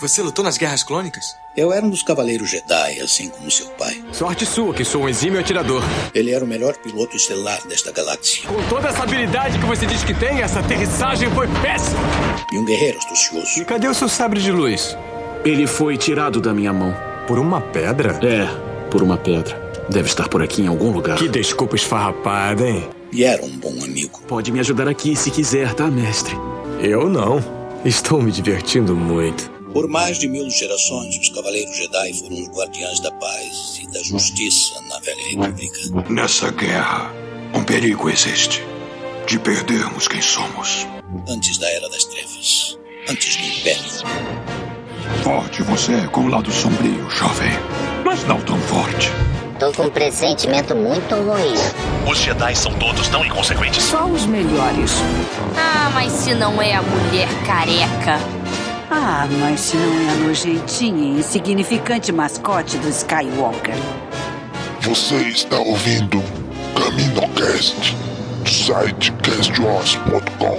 Você lutou nas Guerras Clônicas? Eu era um dos Cavaleiros Jedi, assim como seu pai. Sorte sua, que sou um exímio atirador. Ele era o melhor piloto estelar desta galáxia. Com toda essa habilidade que você diz que tem, essa aterrissagem foi péssima. E um guerreiro astucioso. E cadê o seu sabre de luz? Ele foi tirado da minha mão. Por uma pedra? É, por uma pedra. Deve estar por aqui em algum lugar. Que desculpa esfarrapada, hein? E era um bom amigo. Pode me ajudar aqui se quiser, tá, mestre? Eu não. Estou me divertindo muito. Por mais de 1000 gerações, os Cavaleiros Jedi foram os guardiães da paz e da justiça na Velha República. Nessa guerra, um perigo existe. De perdermos quem somos. Antes da Era das Trevas. Antes do Império. Forte você é com o lado sombrio, jovem. Mas não tão forte. Tô com um pressentimento muito ruim. Os Jedi são todos tão inconsequentes. Só os melhores. Ah, mas se não é a mulher careca. Ah, mas se não é a nojentinha e insignificante mascote do Skywalker. Você está ouvindo CaminoCast do site castwars.com.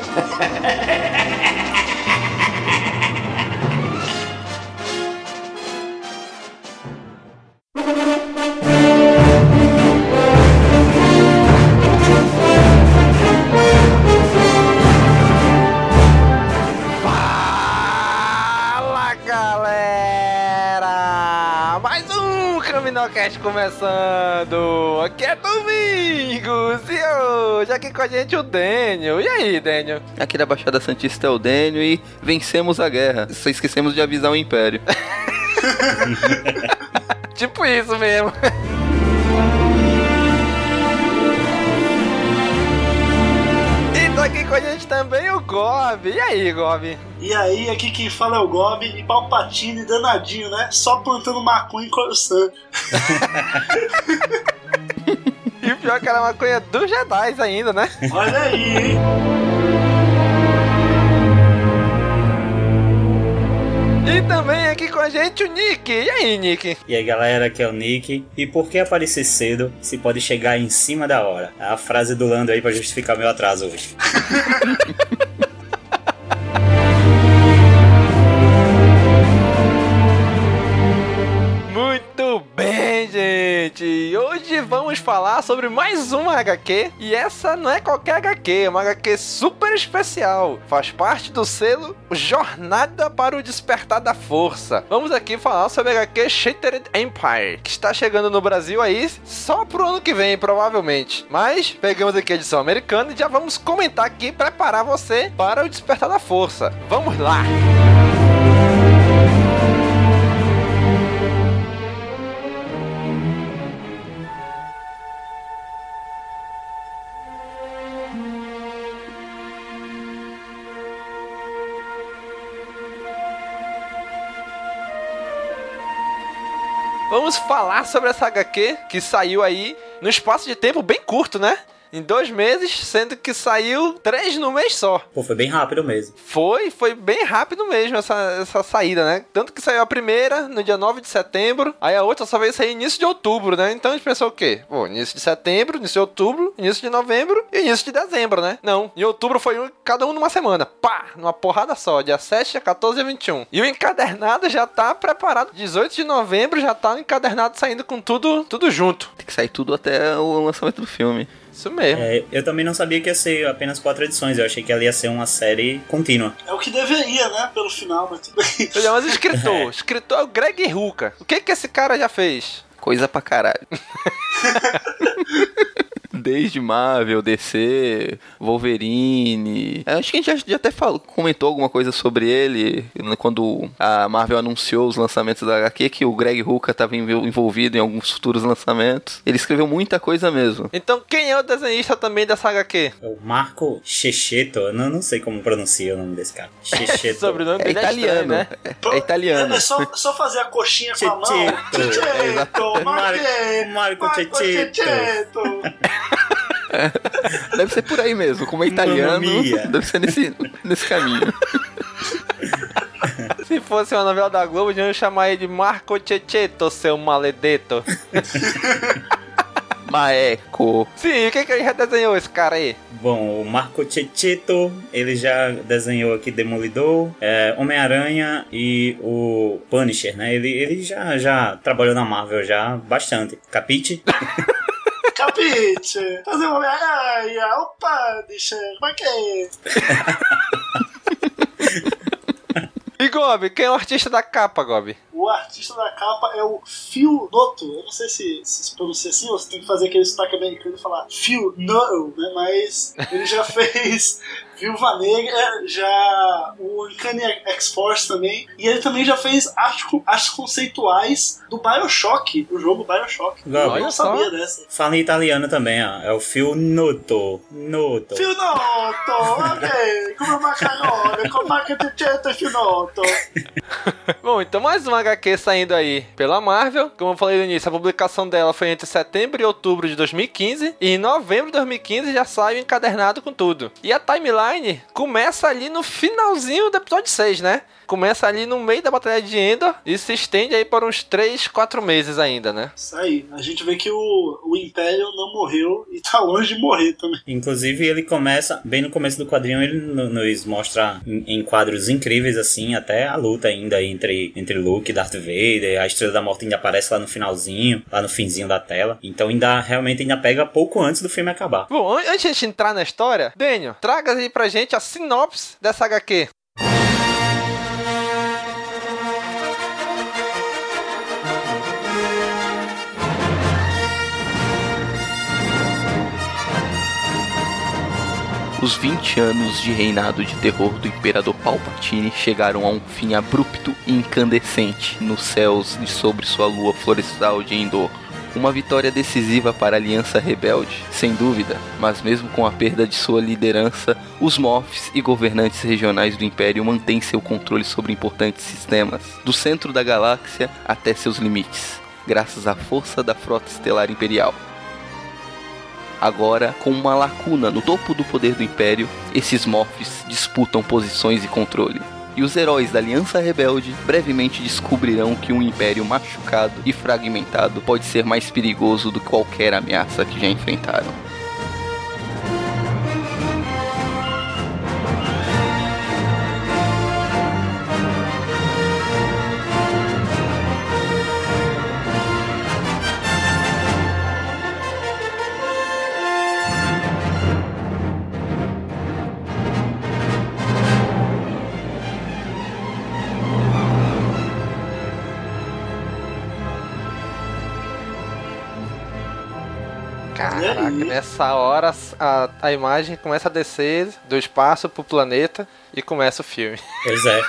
CaminoCast começando! Aqui é Domingos! E hoje aqui com a gente o Daniel. E aí, Daniel? Aqui na Baixada Santista é o Daniel e vencemos a guerra. Só esquecemos de avisar o Império. Tipo isso mesmo. E tá aqui com a gente também o Gob. E aí, Gob? E aí, aqui quem fala é o Gob e Palpatine danadinho, né? Só plantando maconha em Coruscant. E o pior é que era maconha dos Jedi ainda, né? Olha aí, hein? E também aqui com a gente o Nick. E aí, Nick? E aí, galera, aqui é o Nick. E por que aparecer cedo se pode chegar em cima da hora? É a frase do Lando aí pra justificar meu atraso hoje. Muito bem, gente! Hoje vamos falar sobre mais uma HQ. E essa não é qualquer HQ, é uma HQ super especial. Faz parte do selo Jornada para o Despertar da Força. Vamos aqui falar sobre a HQ Shattered Empire, que está chegando no Brasil aí só pro ano que vem, provavelmente. Mas pegamos aqui a edição americana e já vamos comentar aqui, preparar você para o Despertar da Força. Vamos lá! Vamos falar sobre essa HQ que saiu aí no espaço de tempo bem curto, né? Em 2 meses, sendo que saiu 3 no mês só. Pô, foi bem rápido mesmo. Foi bem rápido mesmo essa saída, né? Tanto que saiu a primeira no dia 9 de setembro, aí a outra só veio sair início de outubro, né? Então a gente pensou o quê? Pô, início de setembro, início de outubro, início de novembro e início de dezembro, né? Não, em outubro foi cada um numa semana. Pá! Numa porrada só, dia 7, dia 14 e 21. E o encadernado já tá preparado. 18 de novembro já tá o encadernado saindo com tudo junto. Tem que sair tudo até o lançamento do filme. Isso mesmo. Eu também não sabia que ia ser apenas 4 edições. Eu achei que ela ia ser uma série contínua. É o que deveria, né? Pelo final, mas tudo bem. Mas o escritor é o Greg Rucka. O que esse cara já fez? Coisa pra caralho. Desde Marvel, DC, Wolverine. Acho que a gente já até comentou alguma coisa sobre ele quando a Marvel anunciou os lançamentos da HQ, que o Greg Rucka estava envolvido em alguns futuros lançamentos. Ele escreveu muita coisa mesmo. Então quem é o desenhista também dessa HQ? O Marco Checchetto. Eu não sei como pronuncia o nome desse cara. Checchetto. Sobrenome dele italiano, estranho, né? É italiano. É só fazer a coxinha com a mão. Checchetto. Marco Checchetto. Deve ser por aí mesmo, como é italiano, deve ser nesse caminho. Se fosse uma novela da Globo, a gente ia chamar ele de Marco Checchetto, seu maledeto. Maeco. Sim, o que ele já desenhou esse cara aí? Bom, o Marco Checchetto, ele já desenhou aqui Demolidor, Homem-Aranha e o Punisher, né? Ele já trabalhou na Marvel já bastante. Capite? Capite! Fazer uma Homem-Aranha, o Punisher, como é que é? E Gobi, quem é o artista da capa, Gobi? O artista da capa é o Phil Noto. Eu não sei se pronuncia assim, ou você tem que fazer aquele sotaque americano e falar Phil Noto, né? Mas ele já fez Viúva Negra, já o Uncanny X-Force também. E ele também já fez artes conceituais do BioShock, do jogo BioShock. Gobi, eu não sabia dessa. Fala em italiano também, ó. É o Phil Noto. Phil Noto, ok. Come macarone, com macacete e Phil Noto. Bom, então mais uma HQ saindo aí pela Marvel. Como eu falei no início, a publicação dela foi entre setembro e outubro de 2015. E em novembro de 2015 já saiu encadernado com tudo. E a timeline começa ali no finalzinho do episódio 6, né? Começa ali no meio da Batalha de Endor e se estende aí por uns 3, 4 meses ainda, né? Isso aí. A gente vê que o Império não morreu e tá longe de morrer também. Inclusive, ele começa, bem no começo do quadrinho, ele nos mostra em quadros incríveis, assim, até a luta ainda entre Luke e Darth Vader. A Estrela da Morte ainda aparece lá no finalzinho, lá no finzinho da tela. Então, realmente pega pouco antes do filme acabar. Bom, antes de a gente entrar na história, Daniel, traga aí pra gente a sinopse dessa HQ. Os 20 anos de reinado de terror do Imperador Palpatine chegaram a um fim abrupto e incandescente nos céus de sobre sua lua florestal de Endor. Uma vitória decisiva para a Aliança Rebelde, sem dúvida, mas mesmo com a perda de sua liderança, os Moffs e governantes regionais do Império mantêm seu controle sobre importantes sistemas, do centro da galáxia até seus limites, graças à força da Frota Estelar Imperial. Agora, com uma lacuna no topo do poder do Império, esses Moffs disputam posições e controle. E os heróis da Aliança Rebelde brevemente descobrirão que um Império machucado e fragmentado pode ser mais perigoso do que qualquer ameaça que já enfrentaram. Caraca, nessa hora a imagem começa a descer do espaço pro planeta e começa o filme. Pois é.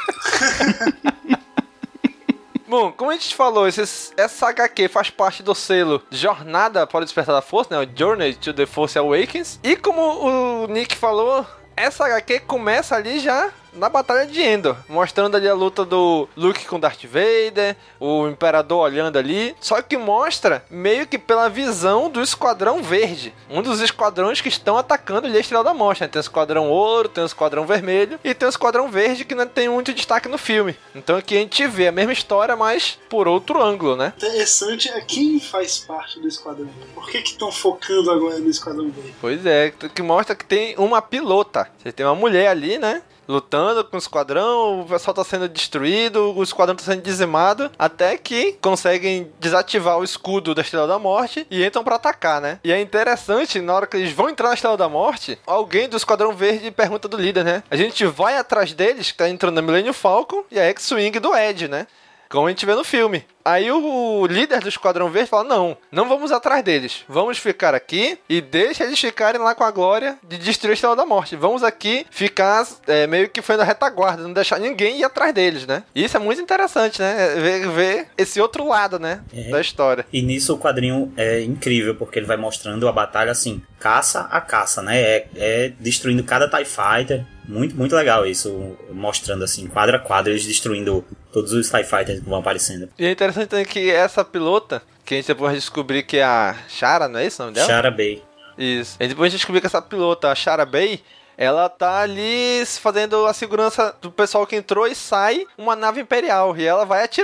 Bom, como a gente falou, essa HQ faz parte do selo Jornada para o Despertar da Força, né? O Journey to the Force Awakens. E como o Nick falou, essa HQ começa ali já na Batalha de Endor, mostrando ali a luta do Luke com Darth Vader, o Imperador olhando ali, só que mostra meio que pela visão do Esquadrão Verde, um dos esquadrões que estão atacando ali a Estrela da Morte, né? Tem o Esquadrão Ouro, tem o Esquadrão Vermelho e tem o Esquadrão Verde que não tem muito destaque no filme. Então aqui a gente vê a mesma história, mas por outro ângulo, né? Interessante é quem faz parte do Esquadrão Verde. Por que estão focando agora no Esquadrão Verde? Pois é, que mostra que tem uma pilota. Você tem uma mulher ali, né? Lutando com o esquadrão, o pessoal tá sendo destruído, o esquadrão tá sendo dizimado, até que conseguem desativar o escudo da Estrela da Morte e entram pra atacar, né? E é interessante, na hora que eles vão entrar na Estrela da Morte, alguém do Esquadrão Verde pergunta do líder, né? A gente vai atrás deles, que tá entrando na Millennium Falcon e a X-Wing do Ed, né? Como a gente vê no filme. Aí o líder do Esquadrão Verde fala, não vamos atrás deles. Vamos ficar aqui e deixa eles ficarem lá com a glória de destruir a Estrela da Morte. Vamos aqui ficar meio que foi na retaguarda, não deixar ninguém ir atrás deles, né? E isso é muito interessante, né? Ver esse outro lado, né? Da história. E nisso o quadrinho é incrível, porque ele vai mostrando a batalha assim, caça a caça, né? Destruindo cada TIE Fighter. Muito, muito legal isso, mostrando assim, quadro a quadro, eles destruindo todos os TIE Fighters que vão aparecendo. E é interessante também que essa pilota, que a gente depois vai descobrir que é a Shara, não é isso o nome dela? Shara Bey. Isso. E depois a gente descobriu que essa pilota, a Shara Bey, ela tá ali fazendo a segurança do pessoal que entrou e sai uma nave imperial, e ela vai atirar.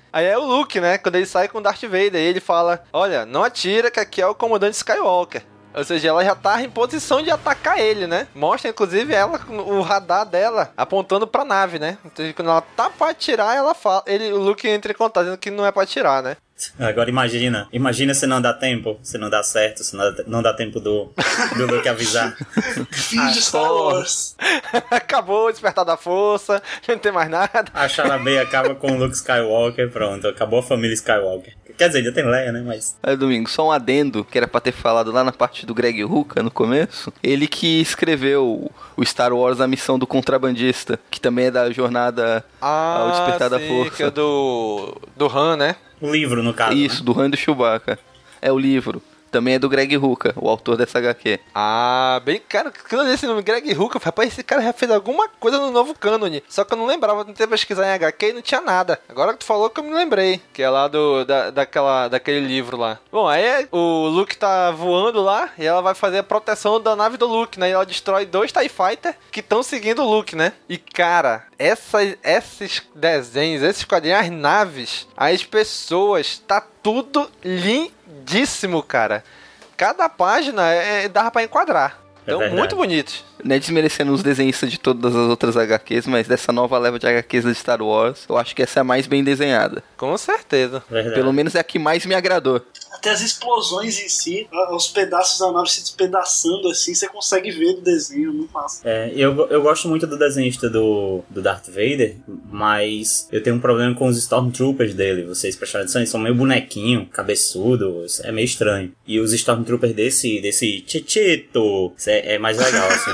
Aí é o Luke, né? Quando ele sai com o Darth Vader, ele fala, olha, não atira que aqui é o comandante Skywalker. Ou seja, ela já tá em posição de atacar ele, né? Mostra, inclusive, ela, o radar dela apontando pra nave, né? Então, quando ela tá pra atirar, ela fala... o Luke entra em contato, dizendo que não é pra atirar, né? Agora imagina se não dá tempo, se não dá certo, se não dá tempo do Luke avisar. Fim de Star Wars. Acabou o despertar da força, não tem mais nada. A Charabei acaba com o Luke Skywalker, pronto, acabou a família Skywalker. Quer dizer, ainda tem Leia, né, mas... Aí, Domingo, só um adendo, que era pra ter falado lá na parte do Greg Rucka, no começo. Ele que escreveu o Star Wars A Missão do Contrabandista, que também é da jornada ao Despertar da Força. Que é do Han, né? O livro, no caso. Isso, né? Do Han e do Chewbacca. É o livro. Também é do Greg Rucka, o autor dessa HQ. Ah, bem, cara, quando eu li esse nome, Greg Rucka, rapaz, esse cara já fez alguma coisa no novo cânone. Só que eu não lembrava, tentei pesquisar em HQ e não tinha nada. Agora que tu falou que eu me lembrei, que é lá daquele livro lá. Bom, aí o Luke tá voando lá e ela vai fazer a proteção da nave do Luke, né? E ela destrói 2 TIE Fighter que estão seguindo o Luke, né? E, cara, esses desenhos, esses quadrinhos, as naves, as pessoas, tá tudo lindíssimo, cara. Cada página dava pra enquadrar. Então, muito bonitos. Não é desmerecendo os desenhistas de todas as outras HQs, mas dessa nova leva de HQs de Star Wars, eu acho que essa é a mais bem desenhada. Com certeza. Verdade. Pelo menos é a que mais me agradou. Até as explosões em si, os pedaços da nave se despedaçando assim, você consegue ver do desenho, muito massa. Eu gosto muito do desenhista do Darth Vader, mas eu tenho um problema com os Stormtroopers dele. Vocês prestaram atenção, eles são meio bonequinho, cabeçudo, é meio estranho. E os Stormtroopers desse Tchitito é mais legal, assim.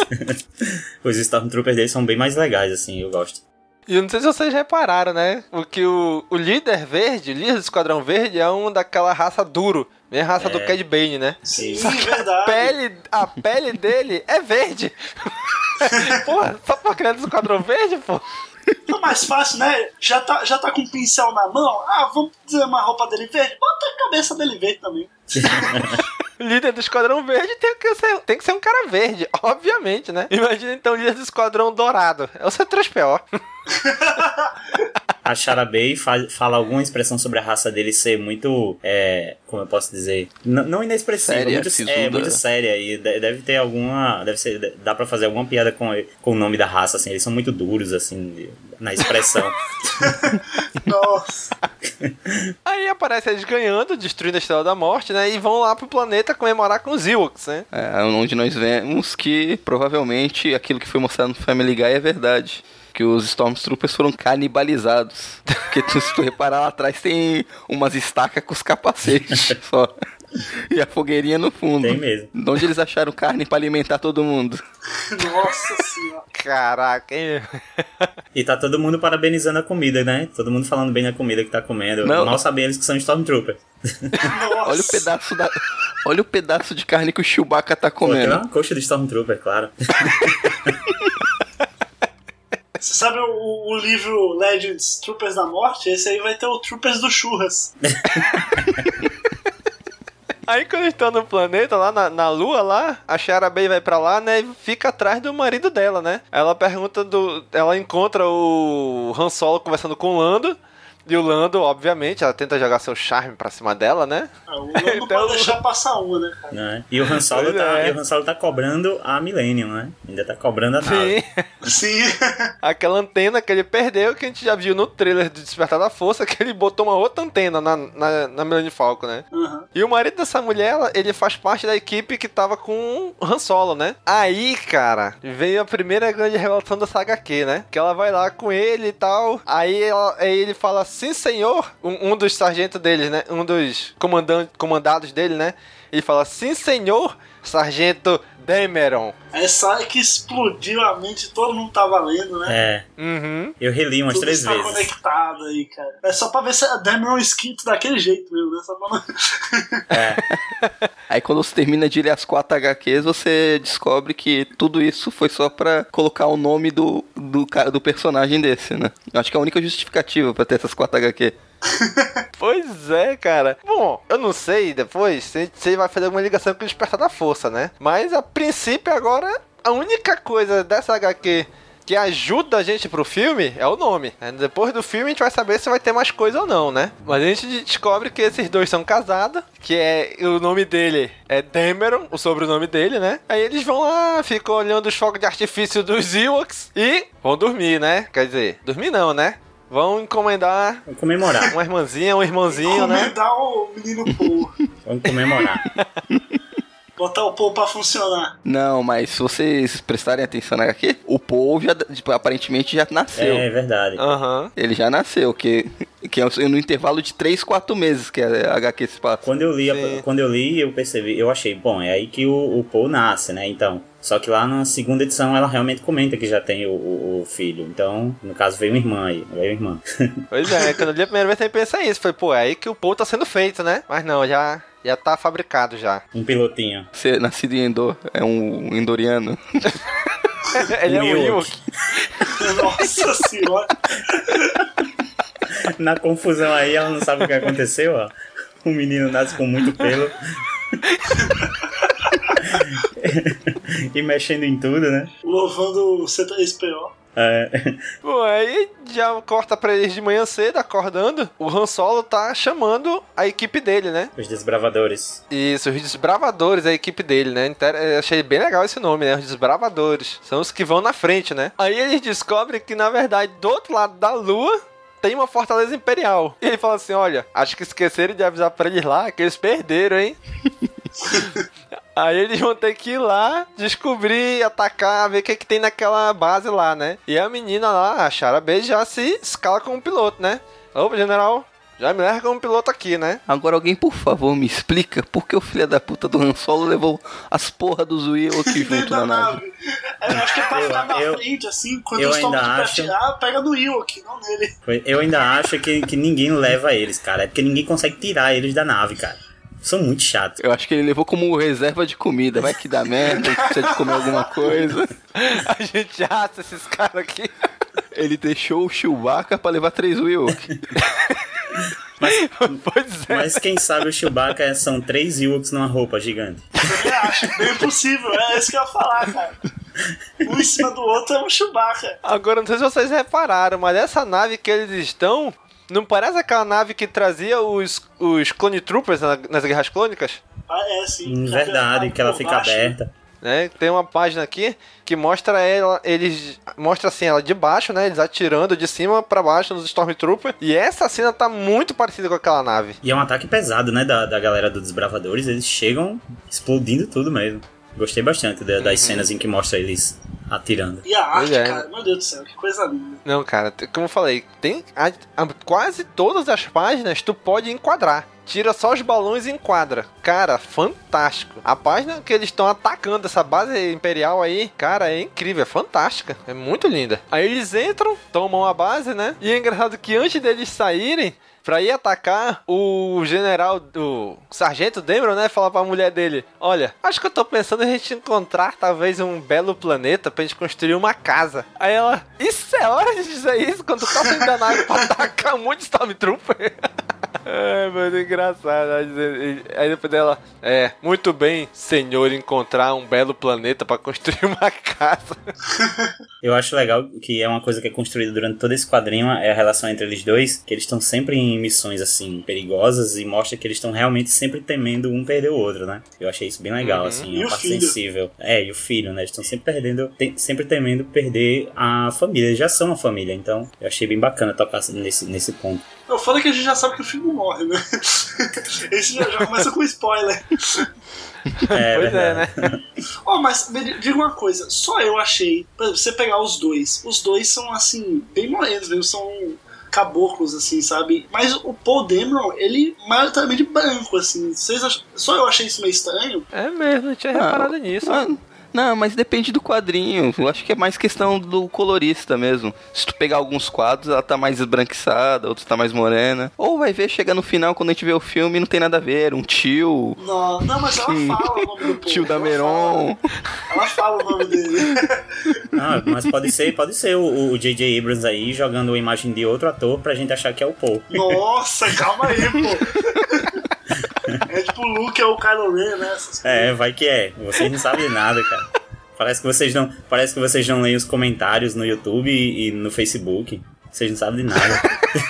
Os Stormtroopers deles são bem mais legais, assim, eu gosto. E eu não sei se vocês repararam, né? O líder verde, o líder do Esquadrão Verde é um daquela raça duro. Minha raça do Cad Bane, né? Sim, verdade. A pele dele é verde. Porra, só pra criar do Esquadrão Verde, pô. É mais fácil, né? Já tá com um pincel na mão. Vamos fazer uma roupa dele verde? Bota a cabeça dele verde também. O líder do Esquadrão Verde tem que ser um cara verde, obviamente, né? Imagina então o líder do Esquadrão Dourado. É o C3PO. A Charabei fala alguma expressão sobre a raça dele ser muito, como eu posso dizer, não inexpressiva, muito séria, e deve ter alguma, dá pra fazer alguma piada com o nome da raça, assim, eles são muito duros, assim, na expressão. Nossa. Aí aparece eles ganhando, destruindo a Estrela da Morte, né, e vão lá pro planeta comemorar com os Ewoks, né. Onde nós vemos que, provavelmente, aquilo que foi mostrado no Family Guy é verdade. Que os Stormtroopers foram canibalizados. Porque se tu reparar lá atrás tem umas estacas com os capacetes só. E a fogueirinha no fundo. Tem mesmo. De onde eles acharam carne pra alimentar todo mundo? Nossa senhora. Caraca, hein? E tá todo mundo parabenizando a comida, né? Todo mundo falando bem da comida que tá comendo. Não. Mal sabem eles que são Stormtroopers. Olha o pedaço de carne que o Chewbacca tá comendo. Tem uma coxa de Stormtrooper, claro. Você sabe o livro Legends Troopers da Morte? Esse aí vai ter o Troopers do Churras. Aí quando eles estão no planeta, lá na lua, lá, a Charabei vai pra lá, né, e fica atrás do marido dela, né. Ela ela encontra o Han Solo conversando com o Lando, e o Lando, obviamente, ela tenta jogar seu charme pra cima dela, né? O Lando não pode deixar passar uma, né, cara? Né? E o Han Solo tá cobrando a Millennium, né? Ainda tá cobrando a nave. Sim. Aquela antena que ele perdeu, que a gente já viu no trailer do Despertar da Força, que ele botou uma outra antena na Millennium Falcon, né? Uhum. E o marido dessa mulher, ele faz parte da equipe que tava com o Han Solo, né? Aí, cara, veio a primeira grande revelação dessa HQ, né? Que ela vai lá com ele e tal. Aí ele fala, sim, senhor. Um dos sargentos deles, né? Um dos comandados dele, né? Ele fala, sim, senhor, sargento Dameron. Essa que explodiu a mente, todo mundo tava lendo, né? Uhum. Eu reli umas 3 vezes. Tudo está conectado aí, cara. É só pra ver se a Dameron é escrito daquele jeito mesmo, né? Só pra não... Aí quando você termina de ler as 4 HQs, você descobre que tudo isso foi só pra colocar o nome do personagem desse, né? Eu acho que é a única justificativa pra ter essas 4 HQ. Pois é, cara. Bom, eu não sei depois se ele vai fazer alguma ligação com o Despertar da Força, né? Mas a princípio agora, a única coisa dessa HQ que ajuda a gente pro filme é o nome. Depois do filme a gente vai saber se vai ter mais coisa ou não, né? Mas a gente descobre que esses dois são casados, que o nome dele é Dameron, o sobrenome dele, né? Aí eles vão lá, ficam olhando os fogos de artifício dos Ewoks e vão dormir, né? Quer dizer, dormir não, né? Vão encomendar... Vamos comemorar. Uma irmãzinha, um irmãozinho, né? Encomendar o menino Paul. Vamos comemorar. Botar o Paul pra funcionar. Não, mas se vocês prestarem atenção na HQ, o Paul já, tipo, aparentemente já nasceu. É verdade. Aham. Ele já nasceu, que é no intervalo de 3-4 meses que a HQ se passa. Quando eu li, eu percebi, eu achei, bom, é aí que o Paul nasce, né? Então, só que lá na segunda edição ela realmente comenta que já tem o filho. Então, no caso, veio uma irmã aí, veio uma irmã. Pois é, quando eu li a primeira vez eu pensei isso. Foi, pô, é aí que o Paul tá sendo feito, né? Mas não, já tá fabricado já. Um pilotinho. Você nascido em Endor, é um endoriano. Ele é um Ewok. Nossa senhora. Na confusão aí, ela não sabe o que aconteceu, ó. O menino nasce com muito pelo. E mexendo em tudo, né? Louvando o C3PO. É. Bom, aí já corta pra eles de manhã cedo, acordando. O Han Solo tá chamando a equipe dele, né? Os Desbravadores. Isso, os Desbravadores, a equipe dele, né? Eu achei bem legal esse nome, né? Os Desbravadores. São os que vão na frente, né? Aí eles descobrem que, na verdade, do outro lado da Lua tem uma fortaleza imperial. E ele fala assim, olha, acho que esqueceram de avisar pra eles lá que eles perderam, hein? Aí eles vão ter que ir lá, descobrir, atacar, ver o que tem naquela base lá, né? E a menina lá, a Shara Base, já se escala como piloto, né? Opa, general, já me leva como piloto aqui, né? Agora alguém, por favor, me explica por que o filho da puta do Han Solo levou as porra dos Ewok junto na nave. Eu acho que é pra ficar na frente, assim, quando eles tomam pra tirar, pega no Ewok, não nele. Eu ainda acho que ninguém leva eles, cara. É porque ninguém consegue tirar eles da nave, cara. São muito chatos. Eu acho que ele levou como reserva de comida. Vai que dá merda, a gente precisa de comer alguma coisa. A gente assa esses caras aqui. Ele deixou o Chewbacca pra levar 3 Ewok. Mas quem sabe o Chewbacca são 3 Ewoks numa roupa gigante. Eu acho bem possível, é isso que eu ia falar, cara. Um em cima do outro é um Chewbacca. Agora, não sei se vocês repararam, mas essa nave que eles estão... Não parece aquela nave que trazia os Clone Troopers nas Guerras Clônicas? Ah, é, sim. Verdade, que ela fica aberta. Né? Tem uma página aqui que mostra ela de baixo, né? Eles atirando de cima pra baixo nos Stormtroopers. E essa cena tá muito parecida com aquela nave. E é um ataque pesado, né? Da galera dos Desbravadores. Eles chegam explodindo tudo mesmo. Gostei bastante das cenas em que mostra eles atirando. E a arte, cara, meu Deus do céu, que coisa linda. Não, cara, como eu falei, tem quase todas as páginas tu pode enquadrar. Tira só os balões e enquadra. Cara, fantástico. A página que eles estão atacando essa base imperial aí, cara, é incrível, é fantástica. É muito linda. Aí eles entram, tomam a base, né? E é engraçado que antes deles saírem, pra ir atacar, o general, o sargento Dameron, né, fala pra mulher dele, olha, acho que eu tô pensando em a gente encontrar talvez um belo planeta pra gente construir uma casa. Aí ela, isso é hora de dizer isso quando tu tá saindo da nave pra atacar um monte de Stormtrooper? É, muito engraçado. Aí depois dela, muito bem, senhor, encontrar um belo planeta pra construir uma casa. Eu acho legal que é uma coisa que é construída durante todo esse quadrinho, é a relação entre eles dois, que eles estão sempre em missões assim, perigosas, e mostra que eles estão realmente sempre temendo um perder o outro, né? Eu achei isso bem legal, assim, uma parte sensível. E o filho, né? Eles estão sempre sempre temendo perder a família. Eles já são uma família, então eu achei bem bacana tocar nesse ponto. Eu falei que a gente já sabe que o filho morre, né? Esse já começa com spoiler. Pois é, né? Mas me diga uma coisa, só eu achei, por exemplo, você pegar os dois são assim, bem morenos mesmo, são caboclos, assim, sabe? Mas o Paul Dameron, ele maioritariamente branco, assim. Só eu achei isso meio estranho. É mesmo, não tinha reparado nisso. Não, mas depende do quadrinho. Eu acho que é mais questão do colorista mesmo. Se tu pegar alguns quadros, ela tá mais esbranquiçada, outros tá mais morena. Ou vai ver, chega no final, quando a gente vê o filme, não tem nada a ver. Um tio. Não, mas ela fala o nome do Paul. Tio Dameron. Ela fala o nome dele. Mas pode ser o J.J. Abrams aí jogando a imagem de outro ator pra gente achar que é o Paul. Nossa, calma aí, pô. É tipo o Luke é o Kylo Ren, né? Vai que é. Vocês não sabem nada, cara. Parece que vocês não leem os comentários no YouTube e no Facebook. Vocês não sabem de nada.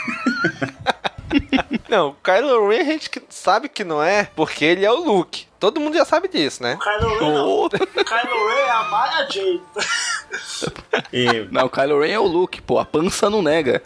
Não, o Kylo Ren a gente sabe que não é, porque ele é o Luke. Todo mundo já sabe disso, né? O Kylo Ren não. O Kylo Ren é a Maya Jade. Não, o Kylo Ren é o Luke, pô. A pança não nega.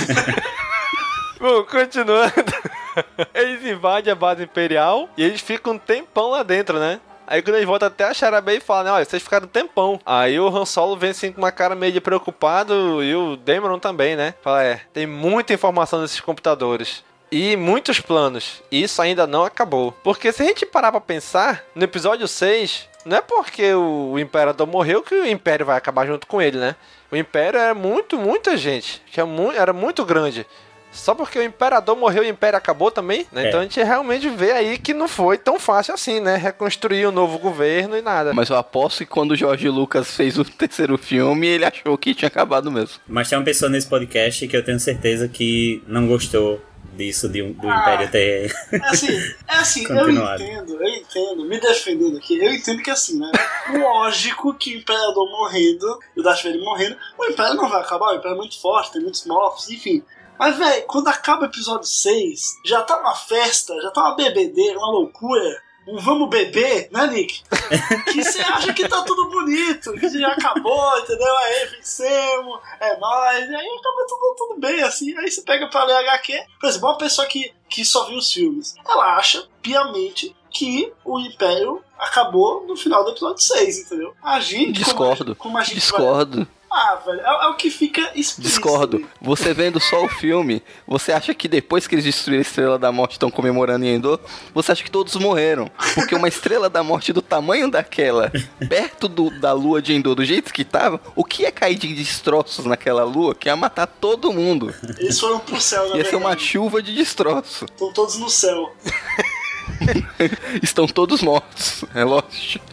Bom, continuando. Eles invadem a base imperial e eles ficam um tempão lá dentro, né? Aí quando eles voltam até a Chara Bay e falam, né, olha, vocês ficaram um tempão. Aí o Han Solo vem assim com uma cara meio de preocupado e o Dameron também, né? Fala, tem muita informação nesses computadores. E muitos planos. E isso ainda não acabou. Porque se a gente parar pra pensar, no episódio 6, não é porque o Imperador morreu que o Império vai acabar junto com ele, né? O Império era muita gente. Era muito grande. Só porque o Imperador morreu e o Império acabou também, né? Então a gente realmente vê aí que não foi tão fácil assim, né? Reconstruir um novo governo e nada. Mas eu aposto que quando o George Lucas fez o terceiro filme, ele achou que tinha acabado mesmo. Mas tem uma pessoa nesse podcast que eu tenho certeza que não gostou disso, do Império ter É assim, eu entendo, me defendendo aqui, eu entendo que assim, né? Lógico que o Imperador morrendo e o Darth Vader morrendo, o Império não vai acabar, o Império é muito forte, tem muitos mortos, enfim. Mas, velho, quando acaba o episódio 6, já tá uma festa, já tá uma bebedeira, uma loucura. Um vamos beber, né, Nick? Que você acha que tá tudo bonito, que já acabou, entendeu? Aí vencemos, é nóis, e aí acaba tudo bem, assim. Aí você pega pra ler HQ, por exemplo, uma pessoa que só viu os filmes, ela acha piamente que o Império acabou no final do episódio 6, entendeu? A gente, discordo. Como a gente discordo. Velho, é o que fica explícito. Discordo. Você vendo só o filme, você acha que depois que eles destruíram a Estrela da Morte estão comemorando em Endor, você acha que todos morreram. Porque uma Estrela da Morte do tamanho daquela, perto da lua de Endor, do jeito que tava, o que ia cair de destroços naquela lua que ia matar todo mundo? Eles foram pro céu, na verdade. Ia ser uma chuva de destroços. Estão todos no céu. Estão todos mortos. É lógico.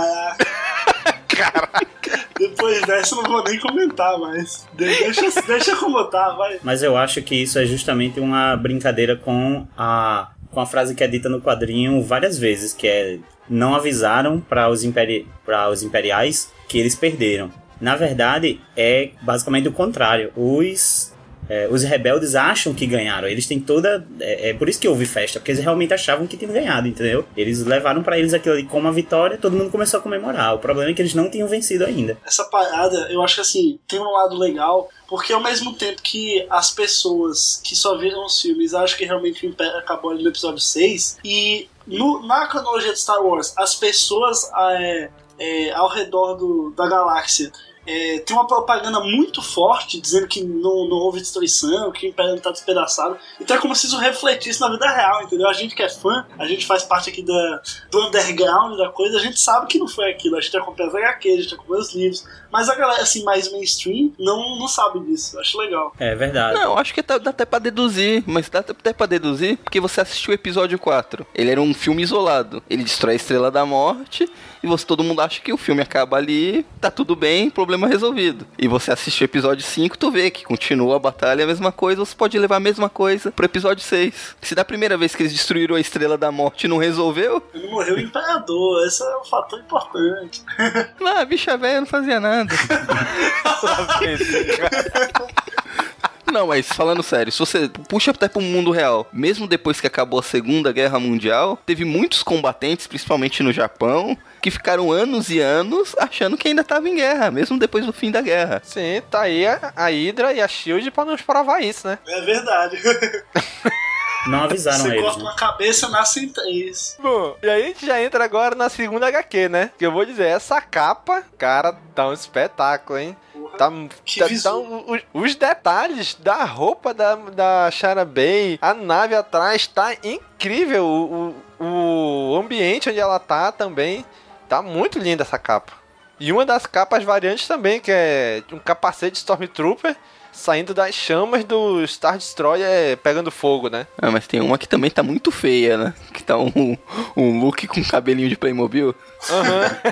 Caraca. Depois dessa eu não vou nem comentar mais. Deixa como tá, vai. Mas eu acho que isso é justamente uma brincadeira com a frase que é dita no quadrinho várias vezes, que é: não avisaram para os imperiais que eles perderam. Na verdade, é basicamente o contrário. Os rebeldes acham que ganharam. Eles têm toda... É por isso que houve festa, porque eles realmente achavam que tinham ganhado, entendeu? Eles levaram pra eles aquilo ali como uma vitória, todo mundo começou a comemorar. O problema é que eles não tinham vencido ainda. Essa parada, eu acho que assim, tem um lado legal, porque ao mesmo tempo que as pessoas que só viram os filmes acham que realmente o Império acabou ali no episódio 6, e na cronologia de Star Wars, as pessoas ao redor da galáxia tem uma propaganda muito forte dizendo que não houve destruição, que o Império não tá despedaçado. Então é como se isso refletisse na vida real, entendeu? A gente que é fã, a gente faz parte aqui do underground da coisa, a gente sabe que não foi aquilo. A gente acompanha as HQ, a gente acompanha os livros, mas a galera assim mais mainstream não sabe disso. Eu acho legal. É verdade. Não, acho que dá até pra deduzir, mas dá até pra deduzir porque você assistiu o episódio 4. Ele era um filme isolado. Ele destrói a Estrela da Morte e todo mundo acha que o filme acaba ali, tá tudo bem, problema resolvido. E você assiste o episódio 5, tu vê que continua a batalha, a mesma coisa, você pode levar a mesma coisa pro episódio 6. Se da primeira vez que eles destruíram a Estrela da Morte não resolveu... Não morreu o Imperador, esse é um fator importante. Lá, a bicha velha não fazia nada. Não, mas falando sério, se você puxa até pro mundo real, mesmo depois que acabou a Segunda Guerra Mundial, teve muitos combatentes, principalmente no Japão, que ficaram anos e anos achando que ainda tava em guerra, mesmo depois do fim da guerra. Sim, tá aí a Hydra e a SHIELD pra nos provar isso, né? É verdade. Não avisaram eles. Você corta uma cabeça, nascem 3. Bom, e aí a gente já entra agora na segunda HQ, né? Que eu vou dizer, essa capa, cara, tá um espetáculo, hein? Os detalhes da roupa da Chara Bay, a nave atrás, tá incrível. O ambiente onde ela tá também, tá muito linda essa capa. E uma das capas variantes também, que é um capacete Stormtrooper saindo das chamas do Star Destroyer pegando fogo, né? Ah, mas tem uma que também tá muito feia, né? Que tá um look com cabelinho de Playmobil. Aham.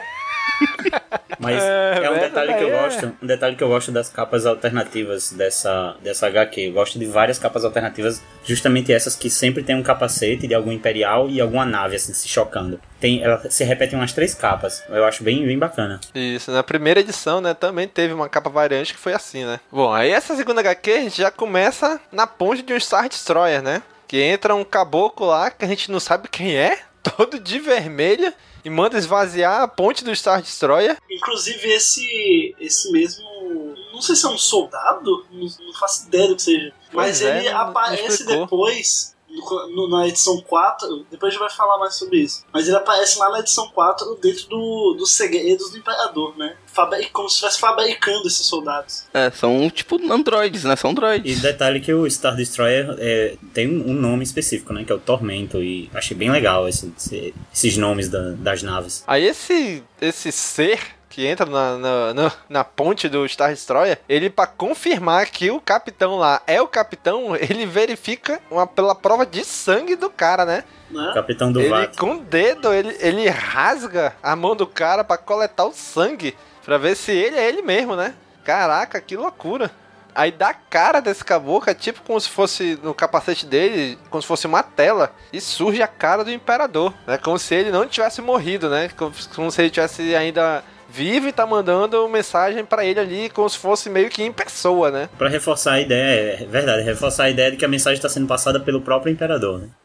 Mas é um detalhe que eu gosto. Um detalhe que eu gosto das capas alternativas dessa HQ. Eu gosto de várias capas alternativas, justamente essas que sempre tem um capacete de algum imperial e alguma nave assim se chocando. Ela se repete umas 3 capas. Eu acho bem bacana. Isso, na primeira edição, né, também teve uma capa variante que foi assim, né? Bom, aí essa segunda HQ a gente já começa na ponte de um Star Destroyer, né? Que entra um caboclo lá que a gente não sabe quem é, todo de vermelho, e manda esvaziar a ponte do Star Destroyer. Inclusive esse mesmo... Não sei se é um soldado, não faço ideia do que seja. Mas ele aparece depois... Na edição 4, depois a gente vai falar mais sobre isso. Mas ele aparece lá na edição 4 dentro dos segredos do Imperador, né? Como se estivesse fabricando esses soldados. São tipo androides, né? São droids. E detalhe que o Star Destroyer tem um nome específico, né? Que é o Tormento. E achei bem legal esses nomes das naves. Aí esse ser que entra na ponte do Star Destroyer, ele, pra confirmar que o capitão lá é o capitão, ele verifica pela prova de sangue do cara, né? Capitão do Ele com o dedo, ele rasga a mão do cara pra coletar o sangue, pra ver se ele é ele mesmo, né? Caraca, que loucura. Aí da cara desse caboclo, é tipo como se fosse no capacete dele, como se fosse uma tela, e surge a cara do Imperador, né? Como se ele não tivesse morrido, né? Como se ele tivesse ainda vivo e tá mandando mensagem pra ele ali, como se fosse meio que em pessoa, né? Pra reforçar a ideia, é verdade, reforçar a ideia de que a mensagem tá sendo passada pelo próprio Imperador, né?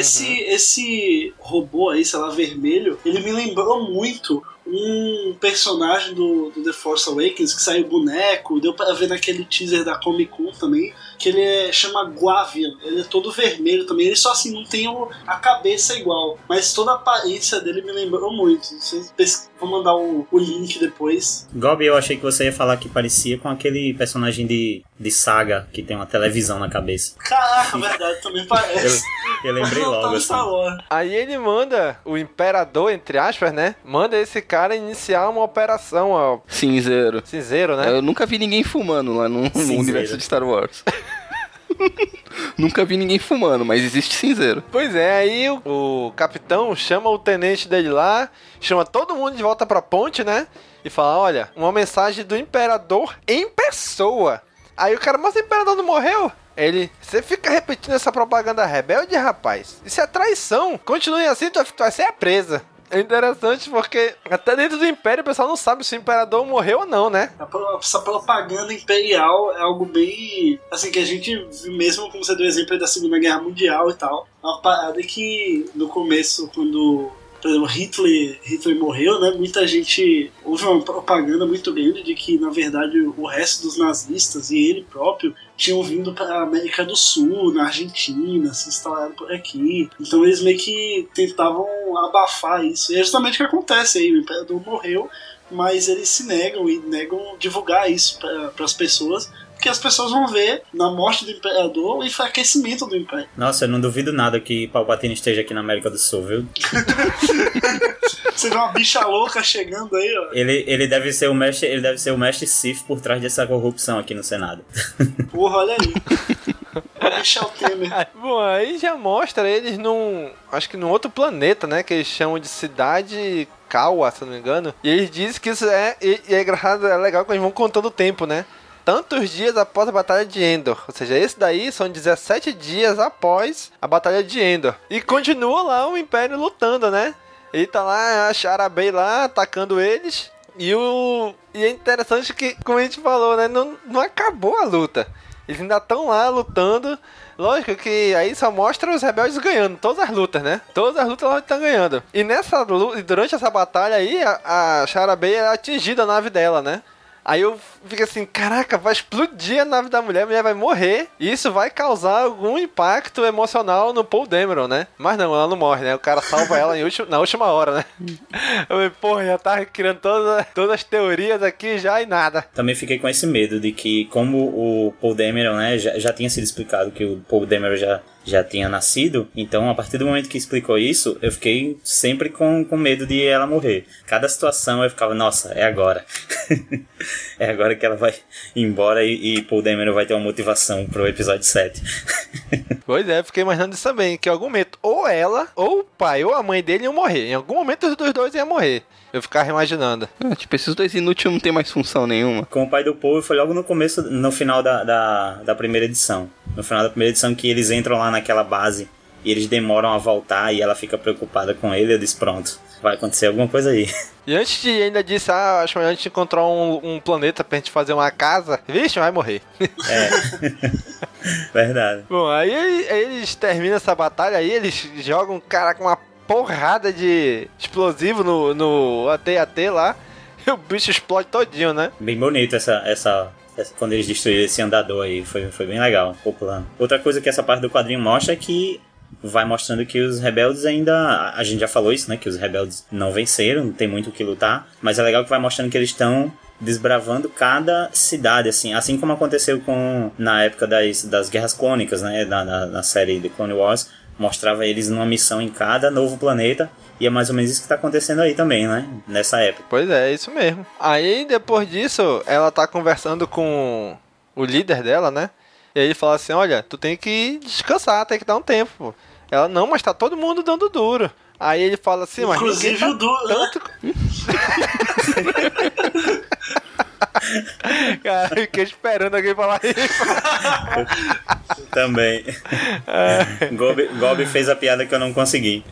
Esse robô aí, sei lá, vermelho, ele me lembrou muito um personagem do The Force Awakens, que saiu boneco, deu pra ver naquele teaser da Comic Con também, que ele chama Guavian, ele é todo vermelho também, ele só assim não tem a cabeça igual, mas toda a aparência dele me lembrou muito. Vou mandar o link depois. Gob, eu achei que você ia falar que parecia com aquele personagem de Saga, que tem uma televisão na cabeça. Caraca, verdade, também parece. Eu lembrei logo assim. Aí ele manda o Imperador, entre aspas, né? Manda esse cara iniciar uma operação, ó. Cinzeiro, né? Eu nunca vi ninguém fumando lá no universo de Star Wars. Nunca vi ninguém fumando, mas existe cinzeiro. Pois é, aí o capitão chama o tenente dele lá, chama todo mundo de volta pra ponte, né? E fala, olha, uma mensagem do Imperador em pessoa. Aí o cara, mas o Imperador não morreu? Você fica repetindo essa propaganda rebelde, rapaz? Isso é traição. Continue assim, tu vai ser presa. É interessante porque até dentro do Império o pessoal não sabe se o Imperador morreu ou não, né? Essa propaganda imperial é algo bem... Assim, que a gente viu mesmo, como você deu exemplo da Segunda Guerra Mundial e tal. Uma parada que no começo, quando... Por exemplo, Hitler morreu, né? Muita gente... Houve uma propaganda muito grande de que, na verdade, o resto dos nazistas e ele próprio tinham vindo para a América do Sul, na Argentina, se instalaram por aqui. Então eles meio que tentavam abafar isso. E é justamente o que acontece aí. O Imperador morreu, mas eles se negam divulgar isso para as pessoas, porque as pessoas vão ver na morte do Imperador o enfraquecimento do Império. Nossa, eu não duvido nada que Palpatine esteja aqui na América do Sul, viu? Você vê uma bicha louca chegando aí, ó. Ele deve ser o mestre Sith por trás dessa corrupção aqui no Senado. Porra, olha aí. Michel Temer. Bom, aí já mostra eles acho que num outro planeta, né? Que eles chamam de Cidade Kawa, se não me engano. E eles dizem que isso é engraçado, é legal que eles vão contando o tempo, né? Tantos dias após a Batalha de Endor. Ou seja, esse daí são 17 dias após a Batalha de Endor. E continua lá o Império lutando, né? E tá lá a Shara Bey lá atacando eles. E é interessante que, como a gente falou, né? Não acabou a luta. Eles ainda estão lá lutando. Lógico que aí só mostra os rebeldes ganhando todas as lutas, né? Todas as lutas elas estão ganhando. E durante essa batalha aí, a Shara Bey é atingida a nave dela, né? Aí eu fico assim, caraca, vai explodir a nave da mulher, a mulher vai morrer. E isso vai causar algum impacto emocional no Paul Dameron, né? Mas não, ela não morre, né? O cara salva ela na última hora, né? Eu falei, porra, já tá criando todas as teorias aqui já e nada. Também fiquei com esse medo de que, como o Paul Dameron, né, já tinha sido explicado que o Paul Dameron já tinha nascido, então a partir do momento que explicou isso, eu fiquei sempre com medo de ela morrer. Cada situação eu ficava, nossa, é agora. É agora que ela vai embora e Paul Dameron vai ter uma motivação pro episódio 7. Pois é, fiquei imaginando isso também, que em algum momento ou ela, ou o pai, ou a mãe dele iam morrer. Em algum momento os dois iam morrer. Eu ficava imaginando. Tipo, esses dois inúteis não tem mais função nenhuma. Com o pai do Paul foi logo no começo, no final da primeira edição. No final da primeira edição que eles entram lá naquela base e eles demoram a voltar e ela fica preocupada com ele. Eu disse, pronto, vai acontecer alguma coisa aí. E antes de ainda disse, acho melhor a gente encontrar um planeta pra gente fazer uma casa. Vixe, vai morrer. Verdade. Bom, aí eles terminam essa batalha aí, eles jogam um cara com uma porrada de explosivo no AT-AT lá. E o bicho explode todinho, né? Bem bonito essa quando eles destruíram esse andador aí. Foi bem legal o plano. Outra coisa que essa parte do quadrinho mostra é que vai mostrando que os rebeldes ainda... A gente já falou isso, né? Que os rebeldes não venceram, não tem muito o que lutar. Mas é legal que vai mostrando que eles estão desbravando cada cidade, assim como aconteceu na época das Guerras Clônicas, né? Na série The Clone Wars. Mostrava eles numa missão em cada novo planeta. E é mais ou menos isso que tá acontecendo aí também, né? Nessa época. Pois é isso mesmo. Aí, depois disso, ela tá conversando com o líder dela, né? E aí ele fala assim, olha, tu tem que descansar, tem que dar um tempo. Ela, não, mas tá todo mundo dando duro. Aí ele fala assim, mas inclusive tá o duro, tanto... Cara, eu fiquei esperando alguém falar isso. Também. Gobi fez a piada que eu não consegui.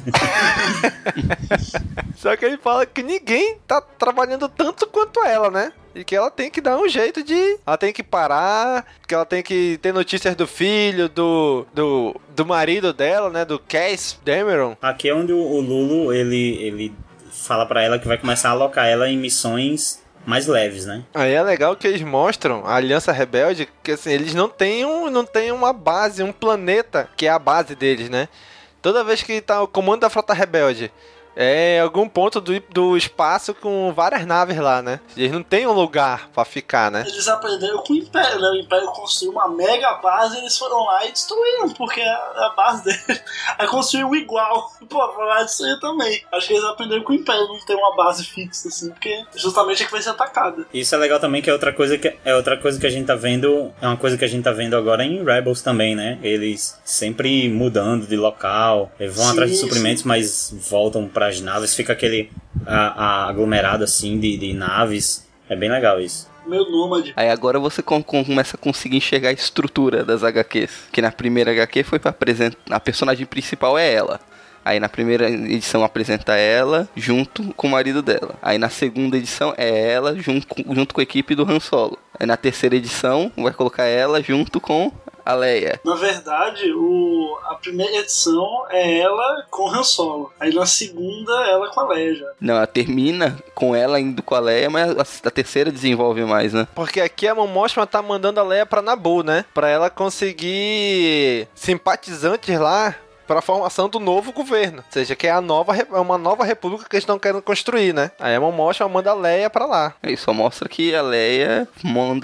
Só que ele fala que ninguém tá trabalhando tanto quanto ela, né? E que ela tem que dar um jeito de... Ela tem que parar, que ela tem que ter notícias do filho, do marido dela, né? Do Cass Dameron. Aqui é onde o Lulu, ele fala pra ela que vai começar a alocar ela em missões mais leves, né? Aí é legal que eles mostram a Aliança Rebelde, que assim, eles não têm uma base, um planeta que é a base deles, né? Toda vez que tá o comando da Frota Rebelde é algum ponto do espaço com várias naves lá, né? Eles não têm um lugar pra ficar, né? Eles aprenderam com o Império, né? O Império construiu uma mega base e eles foram lá e destruíram, porque a base deles... Aí construiu igual. Pô, foram lá e destruíram também. Acho que eles aprenderam com o Império não ter uma base fixa, assim, porque justamente é que vai ser atacada. Isso é legal também, que é outra coisa que a gente tá vendo... É uma coisa que a gente tá vendo agora em Rebels também, né? Eles sempre mudando de local, vão atrás de suprimentos, mas voltam as naves, fica aquele aglomerado assim de naves. É bem legal isso. Meu nômade. Aí agora você começa a conseguir enxergar a estrutura das HQs. Que na primeira HQ foi pra apresentar... A personagem principal é ela. Aí na primeira edição apresenta ela junto com o marido dela. Aí na segunda edição é ela junto com a equipe do Han Solo. Aí na terceira edição vai colocar ela junto com a Leia. Na verdade, a primeira edição é ela com Han Solo. Aí na segunda, ela com a Leia já. Não, ela termina com ela indo com a Leia, mas a terceira desenvolve mais, né? Porque aqui a Mon Mothma tá mandando a Leia pra Naboo, né? Pra ela conseguir simpatizantes lá para a formação do novo governo. Ou seja, que é uma nova república que eles estão querendo construir, né? Aí a Mon Mothma manda a Leia pra lá. Isso só mostra que a Leia manda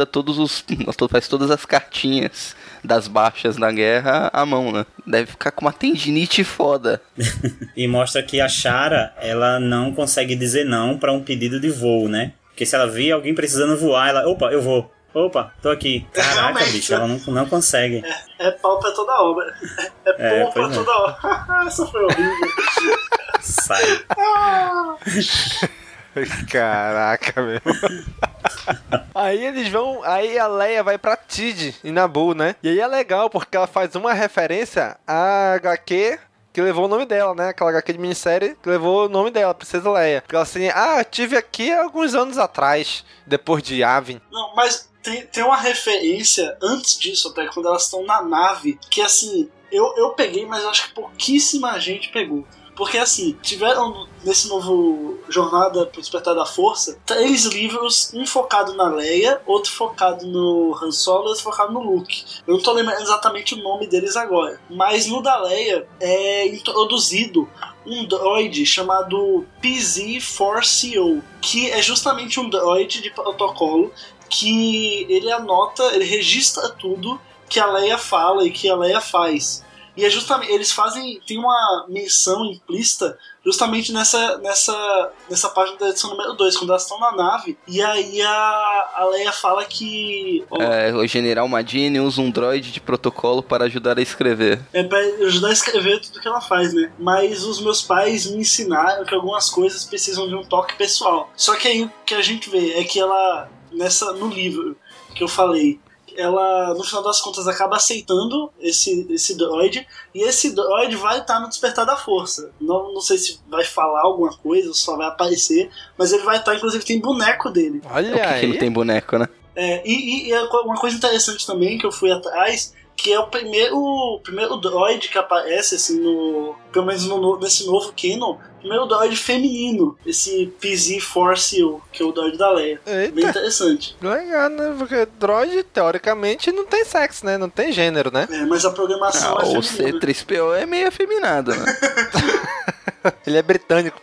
faz todas as cartinhas das baixas na guerra à mão, né? Deve ficar com uma tendinite foda. E mostra que a Shara, ela não consegue dizer não pra um pedido de voo, né? Porque se ela vir alguém precisando voar, ela... Opa, eu vou. Opa, tô aqui. Caraca, bicho, ela não consegue. É pau pra toda obra. É pau pra toda obra. Essa foi horrível. Sai. Caraca, meu. Aí eles vão... Aí a Leia vai pra Tid, em Naboo, né? E aí é legal, porque ela faz uma referência à HQ... que levou o nome dela, né? Aquela HQ de minissérie que levou o nome dela, Princesa Leia. Porque ela assim, eu tive aqui alguns anos atrás, depois de Yavin. Não, mas tem uma referência antes disso, até quando elas estão na nave, que assim, eu peguei, mas eu acho que pouquíssima gente pegou. Porque assim, tiveram nesse novo Jornada pro Despertar da Força 3 livros, um focado na Leia, outro focado no Han Solo e outro focado no Luke. Eu não tô lembrando exatamente o nome deles agora. Mas no da Leia é introduzido um droid chamado PZ-4CO, que é justamente um droid de protocolo que ele registra tudo que a Leia fala e que a Leia faz. E é justamente, eles fazem, tem uma menção implícita justamente nessa página da edição número 2, quando elas estão na nave, e aí a Leia fala que... o General Madini usa um droid de protocolo para ajudar a escrever. Pra ajudar a escrever tudo que ela faz, né? Mas os meus pais me ensinaram que algumas coisas precisam de um toque pessoal. Só que aí o que a gente vê é que ela, no livro que eu falei, ela, no final das contas, acaba aceitando esse droid, e esse droid vai estar no Despertar da Força. Não sei se vai falar alguma coisa, só vai aparecer, mas ele vai estar, inclusive tem boneco dele. Olha aí. Que não tem boneco, né? E uma coisa interessante também que eu fui atrás, que é o primeiro droid que aparece, assim, pelo menos nesse novo canon, o primeiro droid feminino, esse PZ-4CO, que é o droid da Leia. Eita. Bem interessante. Legal, né? Porque droid, teoricamente, não tem sexo, né? Não tem gênero, né? Mas a programação é feminina. O C-3PO é meio afeminado, né? Ele é britânico.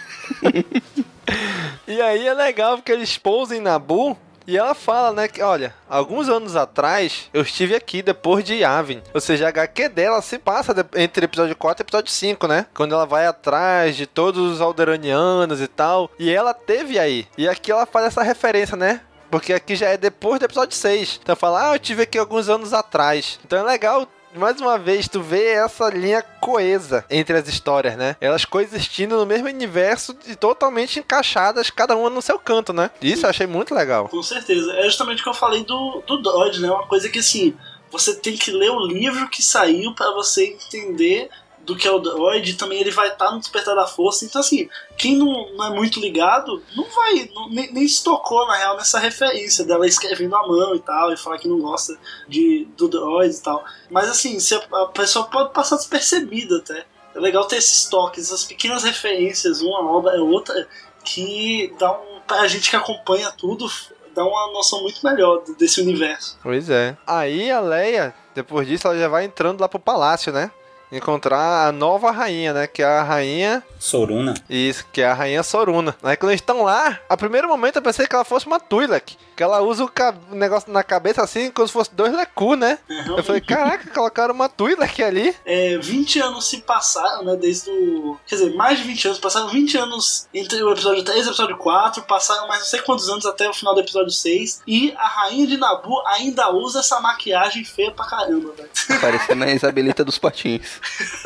E aí é legal porque eles pousam em Naboo. E ela fala, né, que, olha, alguns anos atrás, eu estive aqui depois de Yavin. Ou seja, a HQ dela se passa entre episódio 4 e episódio 5, né? Quando ela vai atrás de todos os alderanianos e tal. E ela teve aí. E aqui ela faz essa referência, né? Porque aqui já é depois do episódio 6. Então fala, eu estive aqui alguns anos atrás. Então é legal... Mais uma vez, tu vê essa linha coesa entre as histórias, né? Elas coexistindo no mesmo universo e totalmente encaixadas, cada uma no seu canto, né? Isso eu achei muito legal. Com certeza. É justamente o que eu falei do droid, né? Uma coisa que, assim, você tem que ler o livro que saiu pra você entender do que é o droid, também ele vai estar no Despertar da Força. Então, assim, quem não é muito ligado, nem se tocou, na real, nessa referência dela escrevendo à mão e tal, e falar que não gosta do droid e tal. Mas, assim, a pessoa pode passar despercebida até. É legal ter esses toques, essas pequenas referências, uma obra é outra, que dá pra gente que acompanha tudo, dá uma noção muito melhor desse universo. Pois é. Aí a Leia, depois disso, ela já vai entrando lá pro palácio, né? Encontrar a nova rainha, né? Que é a rainha... Soruna. Isso, que é a rainha Soruna. Aí quando eles estão lá, a primeiro momento eu pensei que ela fosse uma Twi'lek. Que ela usa o negócio na cabeça assim, como se fosse 2 Leku, né? Eu falei, caraca, colocaram uma Twi'lek ali. 20 anos se passaram, né? Desde o... Quer dizer, mais de 20 anos. Passaram 20 anos entre o episódio 3 e o episódio 4. Passaram mais não sei quantos anos até o final do episódio 6. E a rainha de Naboo ainda usa essa maquiagem feia pra caramba, velho. Parecendo a Isabelita dos Patins.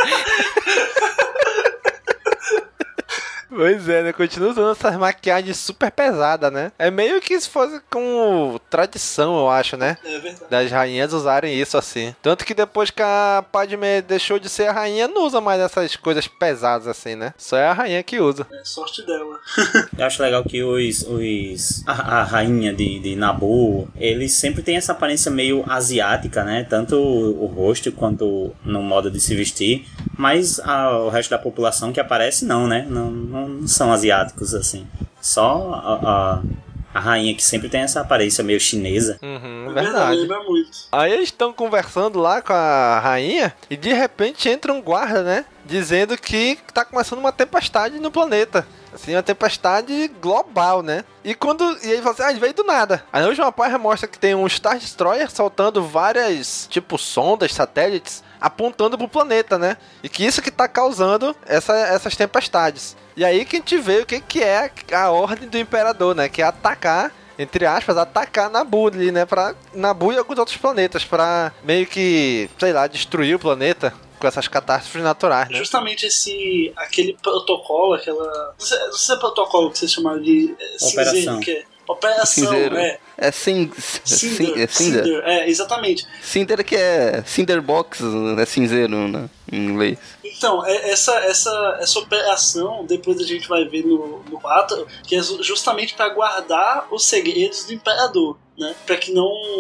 Pois é, né? Continua usando essas maquiagens super pesadas, né? É meio que se fosse como tradição, eu acho, né? É verdade. Das rainhas usarem isso assim. Tanto que depois que a Padmé deixou de ser a rainha, não usa mais essas coisas pesadas assim, né? Só é a rainha que usa. É sorte dela. Eu acho legal que a rainha de Naboo, eles sempre tem essa aparência meio asiática, né? Tanto o rosto quanto no modo de se vestir. Mas o resto da população que aparece, não, né? Não são asiáticos, assim. Só a rainha que sempre tem essa aparência meio chinesa. Verdade. Lembra muito. Aí eles estão conversando lá com a rainha e de repente entra um guarda, né? Dizendo que tá começando uma tempestade no planeta. Assim, uma tempestade global, né? E aí fala assim, veio do nada. Aí na última página mostra que tem um Star Destroyer soltando várias, tipo, sondas, satélites, apontando pro planeta, né? E que isso que tá causando essas tempestades. E aí que a gente vê o que é a ordem do Imperador, né? Que é atacar, entre aspas, atacar Naboo ali, né? Pra Naboo e alguns outros planetas, pra meio que, sei lá, destruir o planeta com essas catástrofes naturais, né? Justamente aquele protocolo, não sei se é protocolo que vocês chamaram de operação. Operação, Cinzeiro. é Cinder. Exatamente. Cinder que é Cinderbox, é cinzeiro, né, em inglês. Então, essa operação, depois a gente vai ver no 4, que é justamente para guardar os segredos do Imperador, né? Para que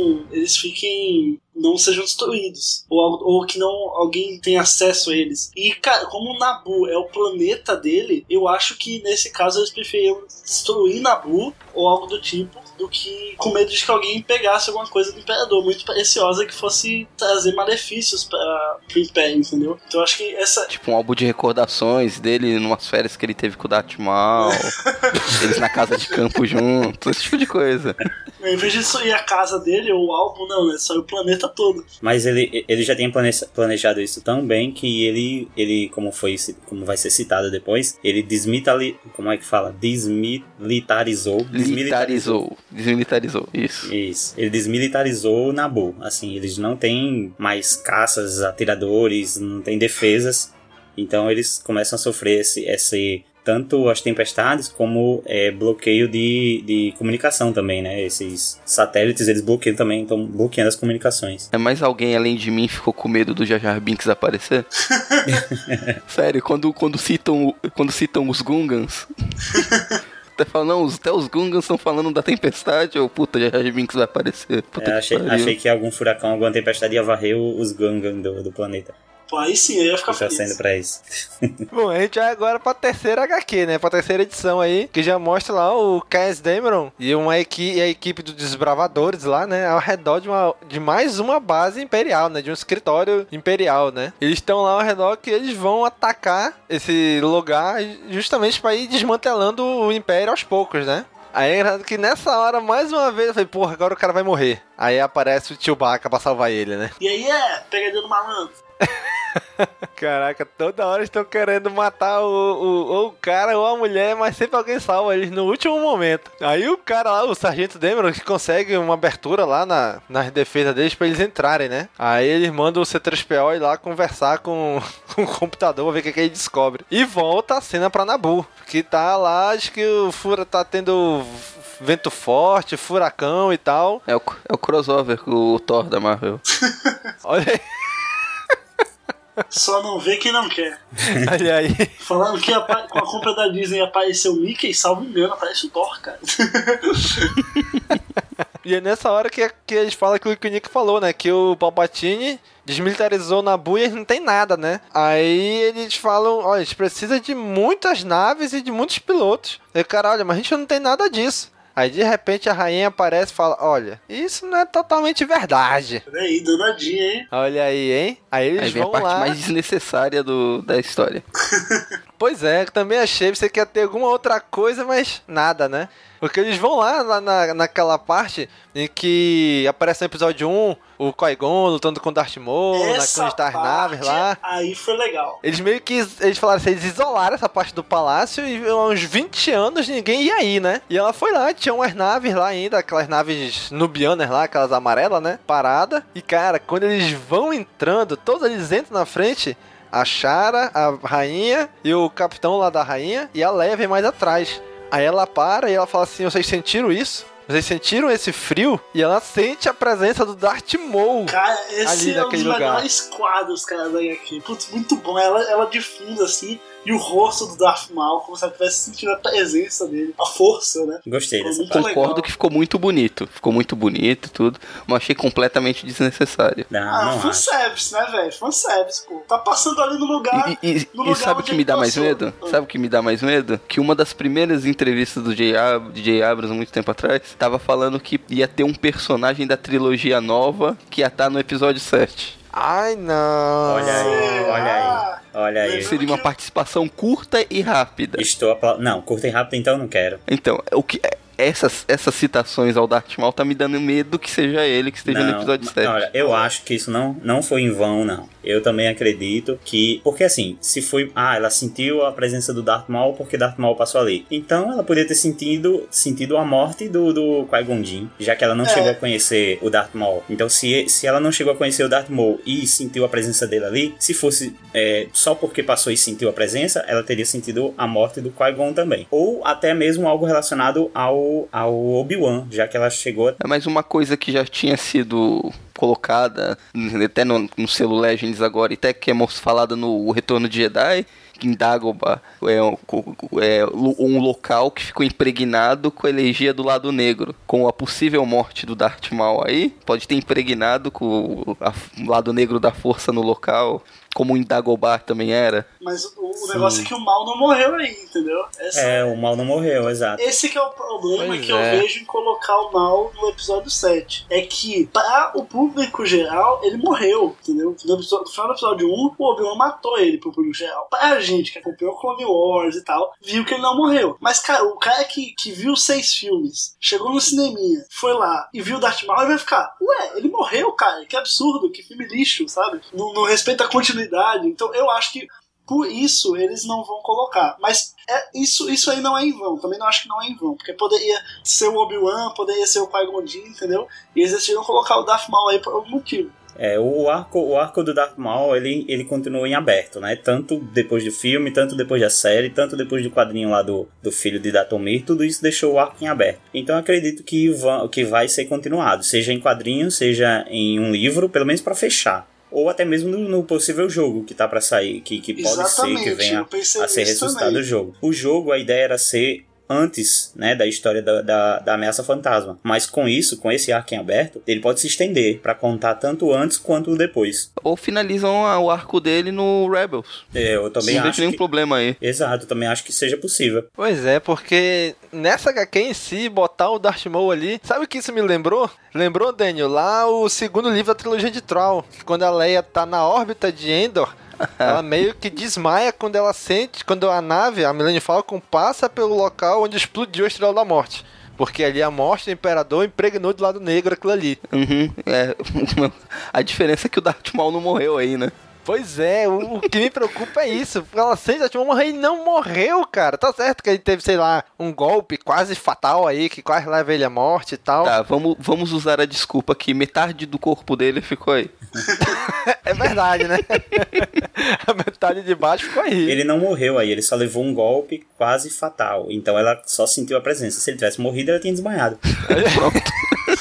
não sejam destruídos, ou que alguém tenha acesso a eles. E, cara, como o Naboo é o planeta dele, eu acho que nesse caso eles preferiam destruir Naboo ou algo do tipo do que com medo de que alguém pegasse alguma coisa do Imperador, muito preciosa que fosse trazer malefícios para o Império, entendeu? Então eu acho que essa... Tipo um álbum de recordações dele numas férias que ele teve com o Darth Maul, eles na casa de campo juntos, esse tipo de coisa. Em vez de só ir a casa dele ou o álbum, não, né? Só o planeta todo. Mas ele já tem planejado isso tão bem que ele como vai ser citado depois, ele como é que fala? Desmilitarizou, isso. Ele desmilitarizou Naboo. Assim, eles não têm mais caças, atiradores, não tem defesas. Então eles começam a sofrer esse tanto as tempestades como bloqueio de comunicação também, né? Esses satélites, eles bloqueiam também, estão bloqueando as comunicações. É mais alguém além de mim ficou com medo do Jar Jar Binks aparecer? Sério, quando citam os Gungans... Até falam, não, até os Gungans estão falando da tempestade, ou puta, Jar Jar Binks vai aparecer. Achei que algum furacão, alguma tempestade ia varrer os Gungans do planeta. Pô, aí sim, eu ia ficar feliz. Sendo pra isso. Bom, a gente vai agora pra terceira HQ, né? Pra terceira edição aí, que já mostra lá o Cass Dameron e a equipe dos desbravadores lá, né? Ao redor de mais uma base imperial, né? De um escritório imperial, né? Eles estão lá ao redor que eles vão atacar esse lugar justamente pra ir desmantelando o Império aos poucos, né? Aí é engraçado que nessa hora, mais uma vez, eu falei, porra, agora o cara vai morrer. Aí aparece o Chewbacca pra salvar ele, né? E aí pegadinha do malandro. Caraca, toda hora estão querendo matar ou o cara ou a mulher, mas sempre alguém salva eles no último momento. Aí o cara lá, o Sargento Dameron, que consegue uma abertura lá nas defesas deles pra eles entrarem, né? Aí eles mandam o C-3PO ir lá conversar com o computador pra ver o que ele descobre. E volta a cena pra Naboo, que tá lá, acho que o Fura tá tendo vento forte, furacão e tal. É o crossover com o Thor da Marvel. Olha aí. Só não vê quem não quer. Olha aí. Falando que com a compra da Disney apareceu o Mickey, salvo engano, aparece o Thor, cara. E é nessa hora que eles falam aquilo que o Nick falou, né? Que o Palpatine desmilitarizou Naboo e eles não tem nada, né? Aí eles falam, olha, a gente precisa de muitas naves e de muitos pilotos. E cara, olha, mas a gente não tem nada disso. Aí de repente a rainha aparece e fala, olha, isso não é totalmente verdade. Olha aí, danadinha, hein? Olha aí, hein? Aí eles vem vão a parte lá... mais desnecessária da história. Pois é, também achei, você quer ter alguma outra coisa, mas nada, né? Porque eles vão lá naquela parte em que aparece no episódio 1 o Qui-Gon lutando com o Darth Maul, com as naves lá. Aí foi legal. Eles meio que, eles falaram assim, eles isolaram essa parte do palácio e há uns 20 anos ninguém ia aí, né? E ela foi lá, tinha umas naves lá ainda, aquelas naves nubianas lá, aquelas amarelas, né? Parada. E cara, quando eles vão entrando, todos eles entram na frente... A Shara, a rainha e o capitão lá da rainha e a Leia vem mais atrás. Aí ela para e ela fala assim, vocês sentiram isso? Vocês sentiram esse frio? E ela sente a presença do Darth Maul. Cara, esse ali é um naquele dos lugar. melhores quadros, cara, daí aqui. Putz, muito bom. Ela de fundo, assim, e o rosto do Darth Maul, como se ela estivesse sentindo a presença dele, a força, né? Gostei dessa parte. Concordo que ficou muito bonito e tudo, mas achei completamente desnecessário. Não fanservice, né, velho? Fanservice, pô. Tá passando ali no lugar. E sabe o que me dá mais medo? Sabe o que me dá mais medo? Que uma das primeiras entrevistas do J.J. Abrams, muito tempo atrás, tava falando que ia ter um personagem da trilogia nova que ia estar no episódio 7. Ai, não. Olha aí. Seria uma participação curta e rápida. Não, curta e rápida então eu não quero. Então, o que... Essas citações ao Darth Maul tá me dando medo que seja ele que esteja no episódio 7. Olha, eu acho que isso não foi em vão, não. Eu também acredito que... Porque assim, se foi... ela sentiu a presença do Darth Maul porque Darth Maul passou ali. Então ela poderia ter sentido a morte do Qui-Gon Jinn, já que ela não chegou a conhecer o Darth Maul. Então se ela não chegou a conhecer o Darth Maul e sentiu a presença dele ali, se fosse só porque passou e sentiu a presença, ela teria sentido a morte do Qui-Gon também. Ou até mesmo algo relacionado ao Obi-Wan, já que ela chegou... É mais uma coisa que já tinha sido colocada até no selo Legends agora, e até que é falada no Retorno de Jedi, que em Dagobah é um local que ficou impregnado com a energia do lado negro. Com a possível morte do Darth Maul aí, pode ter impregnado com o lado negro da força no local, como em Dagobah também era. Mas o o negócio é que o mal não morreu aí, entendeu? O mal não morreu, exato. Esse que é o problema eu vejo em colocar o mal no episódio 7. É que, para o público geral, ele morreu, entendeu? No final do episódio 1, o Obi-Wan matou ele pro público geral. Pra gente que acompanhou Clone Wars e tal, viu que ele não morreu. Mas, cara, o cara que viu 6 filmes, chegou no cineminha, foi lá e viu Darth Maul, ele vai ficar, ué, ele morreu, cara, que absurdo, que filme lixo, sabe? Não respeita a continuidade. Então eu acho que por isso eles não vão colocar. Mas isso aí não é em vão. Também não acho que não é em vão. Porque poderia ser o Obi-Wan, poderia ser o Qui-Gon Jinn, entendeu? E eles decidiram colocar o Darth Maul aí por algum motivo. O arco do Darth Maul, ele continua em aberto, né? Tanto depois do filme, tanto depois da série, tanto depois do quadrinho lá do filho de Dathomir, tudo isso deixou o arco em aberto. Então eu acredito que vai ser continuado, seja em quadrinho, seja em um livro, pelo menos para fechar. Ou até mesmo no possível jogo que tá pra sair, que pode ser que venha a ser ressuscitado o jogo. O jogo, a ideia era ser antes, né, da história da ameaça fantasma. Mas com esse arco em aberto, ele pode se estender pra contar tanto antes quanto depois. Ou finalizam o arco dele no Rebels. Eu também acho. Não vejo nenhum problema aí. Exato, eu também acho que seja possível. Pois é, porque nessa HQ em si, botar o Darth Maul ali, sabe o que isso me lembrou? Lembrou, Daniel? Lá o segundo livro da trilogia de Troll, que quando a Leia tá na órbita de Endor, ela meio que desmaia quando ela sente, quando a nave, a Millennium Falcon, passa pelo local onde explodiu a Estrela da Morte. Porque ali a morte do Imperador impregnou do lado negro aquilo ali. A diferença é que o Darth Maul não morreu aí, né? Pois é, o que me preocupa é isso. Ela sente que o Darth Maul morreu e não morreu, cara. Tá certo que ele teve, sei lá, um golpe quase fatal aí, que quase leva ele à morte e tal. Tá, vamos usar a desculpa que metade do corpo dele ficou aí. É verdade, né? A metade de baixo ficou aí. Ele não morreu aí, ele só levou um golpe quase fatal. Então ela só sentiu a presença. Se ele tivesse morrido, ela tinha desmaiado. Pronto.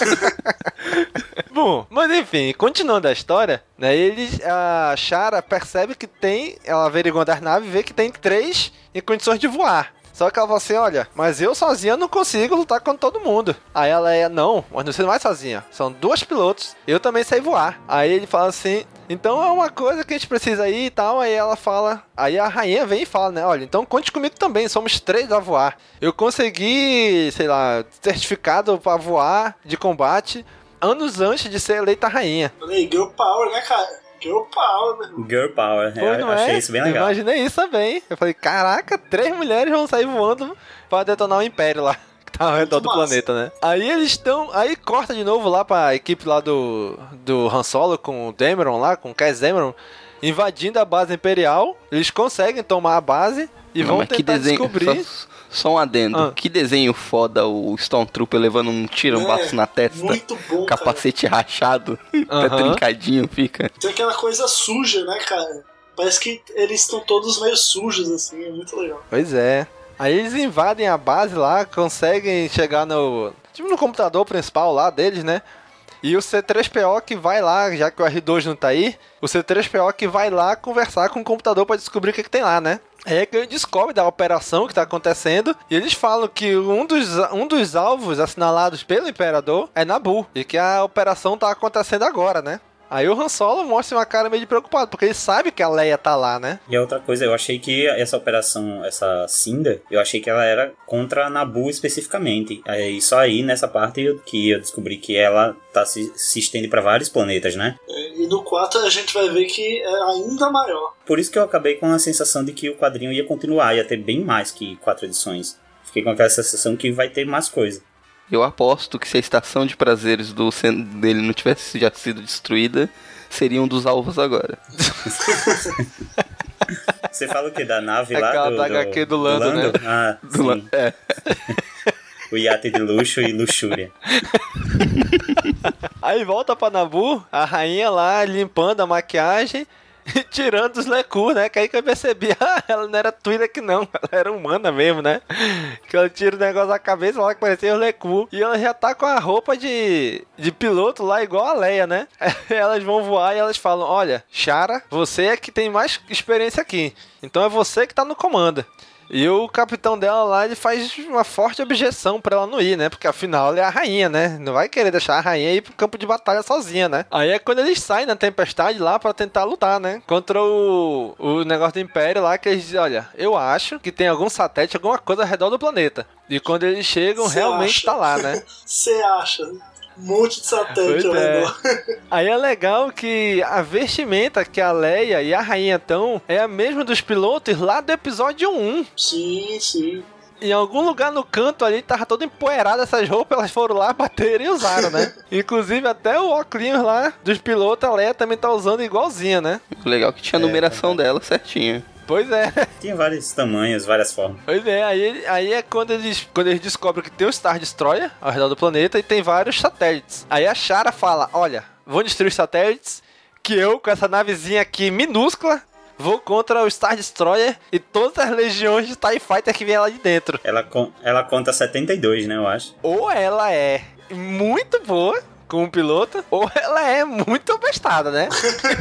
Bom, mas enfim, continuando a história, né, a Shara percebe que ela averigou das naves e vê que tem 3 em condições de voar. Só que ela fala assim, olha, mas eu sozinha não consigo lutar contra todo mundo. Aí ela não, mas você não é sozinha, são 2 pilotos, eu também sei voar. Aí ele fala assim, então é uma coisa que a gente precisa ir e tal. Aí ela fala, aí a rainha vem e fala, né, olha, então conte comigo também, somos 3 a voar. Eu consegui, sei lá, certificado pra voar de combate anos antes de ser eleita rainha. Falei, Girl Power, né, cara? Girl Power, meu. Girl Power, eu achei isso bem legal. Eu imaginei isso também. Eu falei, caraca, 3 mulheres vão sair voando pra detonar o Império lá, que tá ao redor do planeta, né? Aí eles estão, aí corta de novo lá pra equipe lá do Han Solo com o Dameron lá, com o Cass Dameron, invadindo a base imperial. Eles conseguem tomar a base e vão tentar descobrir... Só um adendo. Que desenho foda o Stormtrooper levando um tirambaço na testa. Muito bom, capacete cara. Rachado. Até trincadinho fica. Tem aquela coisa suja, né, cara? Parece que eles estão todos meio sujos, assim. É muito legal. Pois é. Aí eles invadem a base lá, conseguem chegar no computador principal lá deles, né? E o C-3PO que vai lá, já que o R2 não tá aí, o C-3PO que vai lá conversar com o computador pra descobrir o que tem lá, né? É que ele descobre da operação que tá acontecendo e eles falam que um dos alvos assinalados pelo Imperador é Naboo e que a operação tá acontecendo agora, né? Aí o Han Solo mostra uma cara meio de preocupado, porque ele sabe que a Leia tá lá, né? E a outra coisa, eu achei que essa operação, essa Cinder, eu achei que ela era contra a Naboo especificamente. Aí só aí, nessa parte, que eu descobri que ela se estende pra vários planetas, né? E no 4 a gente vai ver que é ainda maior. Por isso que eu acabei com a sensação de que o quadrinho ia continuar, ia ter bem mais que 4 edições. Fiquei com aquela sensação que vai ter mais coisa. Eu aposto que se a estação de prazeres dele não tivesse já sido destruída, seria um dos alvos agora. Você fala o que? Da nave aquela lá? Da HQ do Lando, né? Ah, sim. É. O iate de luxo e luxúria. Aí volta pra Naboo, a rainha lá limpando a maquiagem e tirando os Leku, né? Que aí que eu percebi, ela não era Twi'lek não, ela era humana mesmo, né? Que ela tira o negócio da cabeça lá que parecia o Leku. E ela já tá com a roupa de piloto lá igual a Leia, né? Elas vão voar e elas falam, olha, Shara, você é que tem mais experiência aqui. Então é você que tá no comando. E o capitão dela lá, ele faz uma forte objeção pra ela não ir, né? Porque afinal ela é a rainha, né? Não vai querer deixar a rainha ir pro campo de batalha sozinha, né? Aí é quando eles saem na tempestade lá pra tentar lutar, né? Contra o negócio do Império lá, que eles dizem, olha, eu acho que tem algum satélite, alguma coisa ao redor do planeta. E quando eles chegam, realmente tá lá, né? Você acha? Um monte de satélite ao redor. Aí é legal que a vestimenta que a Leia e a rainha estão é a mesma dos pilotos lá do episódio 1. Sim, sim. Em algum lugar no canto ali tava todo empoeirado essas roupas, elas foram lá, bateram e usaram, né? Inclusive até o óculos lá dos pilotos, a Leia também tá usando igualzinha, né? Legal que tinha a numeração dela certinha. Pois é. Tinha vários tamanhos, várias formas. Pois é, aí é quando eles descobrem que tem um Star Destroyer ao redor do planeta e tem vários satélites. Aí a Shara fala, olha, vou destruir os satélites, que eu, com essa navezinha aqui minúscula, vou contra o Star Destroyer e todas as legiões de TIE Fighter que vem lá de dentro. Ela conta 72, né, eu acho. Ou ela é muito boa como piloto, ou ela é muito bestada, né?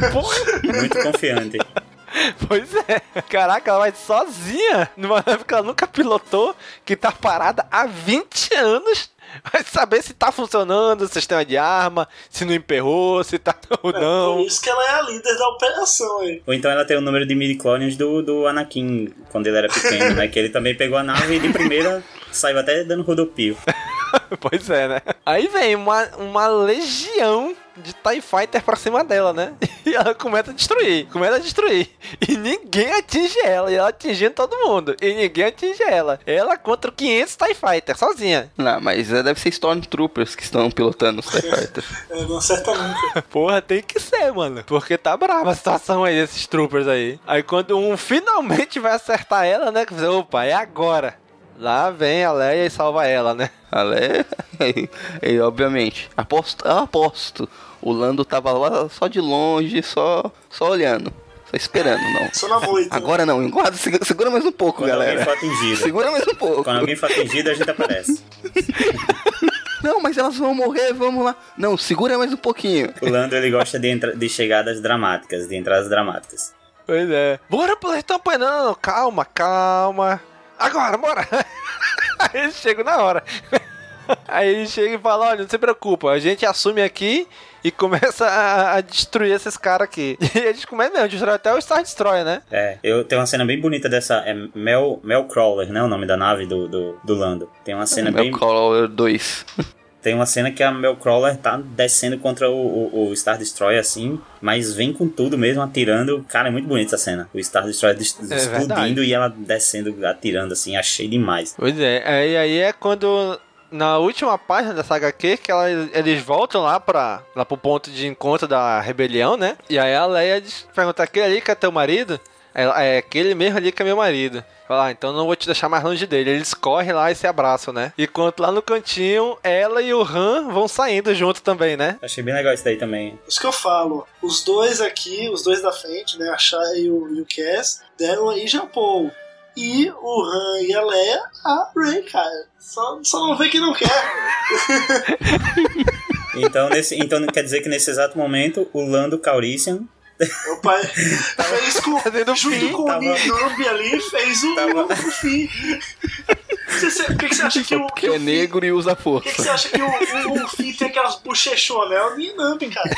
Muito confiante. Pois é. Caraca, ela vai sozinha numa nave que ela nunca pilotou, que tá parada há 20 anos. Vai saber se tá funcionando o sistema de arma, se não emperrou, se tá ou não. Por isso que ela é a líder da operação aí. Ou então ela tem o número de midi-chlorians do Anakin, quando ele era pequeno, né? Que ele também pegou a nave e de primeira saiu até dando rodopio. Pois é, né? Aí vem uma legião de TIE Fighter pra cima dela, né? E ela começa a destruir. E ninguém atinge ela. E ela atingindo todo mundo. E ninguém atinge ela. Ela contra 500 TIE Fighter, sozinha. Não, mas deve ser Stormtroopers que estão pilotando os TIE Fighters. Não acerta nunca. Porra, tem que ser, mano. Porque tá brava a situação aí desses troopers aí. Aí quando um finalmente vai acertar ela, né? Opa, é agora. Lá vem a Leia e salva ela, né? A Leia, e obviamente, eu aposto, o Lando tava lá só de longe, só olhando, só esperando, não. Só na moita. Agora não, enquadra, segura mais um pouco, quando galera. Quando alguém for atingido. Segura mais um pouco. Quando alguém for atingido, a gente aparece. Não, mas elas vão morrer, vamos lá. Não, segura mais um pouquinho. O Lando, ele gosta de chegadas dramáticas, de entradas dramáticas. Pois é. Bora, Planetão, não, calma. Agora, bora! Aí eles chegam na hora. Aí ele chega e fala, olha, não se preocupa, a gente assume aqui e começa a destruir esses caras aqui. E eles começam mesmo, destrói até o Star Destroyer, né? Eu tenho uma cena bem bonita dessa, Mel Crawler, né, o nome da nave do Lando. Tem uma cena Mel Crawler 2. Tem uma cena que a Mel Crawler tá descendo contra o Star Destroyer, assim, mas vem com tudo mesmo, atirando. Cara, é muito bonita essa cena. O Star Destroyer explodindo e ela descendo, atirando, assim, achei demais. Pois é, aí é quando, na última página dessa HQ, que eles voltam lá pro ponto de encontro da rebelião, né? E aí a Leia pergunta, aquele ali que é teu marido? É aquele mesmo ali que é meu marido. Fala, então não vou te deixar mais longe dele. Eles correm lá e se abraçam, né? Enquanto lá no cantinho, ela e o Han vão saindo junto também, né? Achei bem legal isso daí também. Isso que eu falo. Os dois aqui, os dois da frente, né? A Shara e o Cass, deram aí Japão. E o Han e a Leia, a Rey, cara. Só não vê que não quer. Então quer dizer que nesse exato momento, o Lando Calrissian... Meu pai fez junto com o Ninambi ali, fez o fim. Por que você acha que o... Porque é negro e usa força. Por que você acha que o Finn tem aquelas bochechonas? É o Ninambi, cara.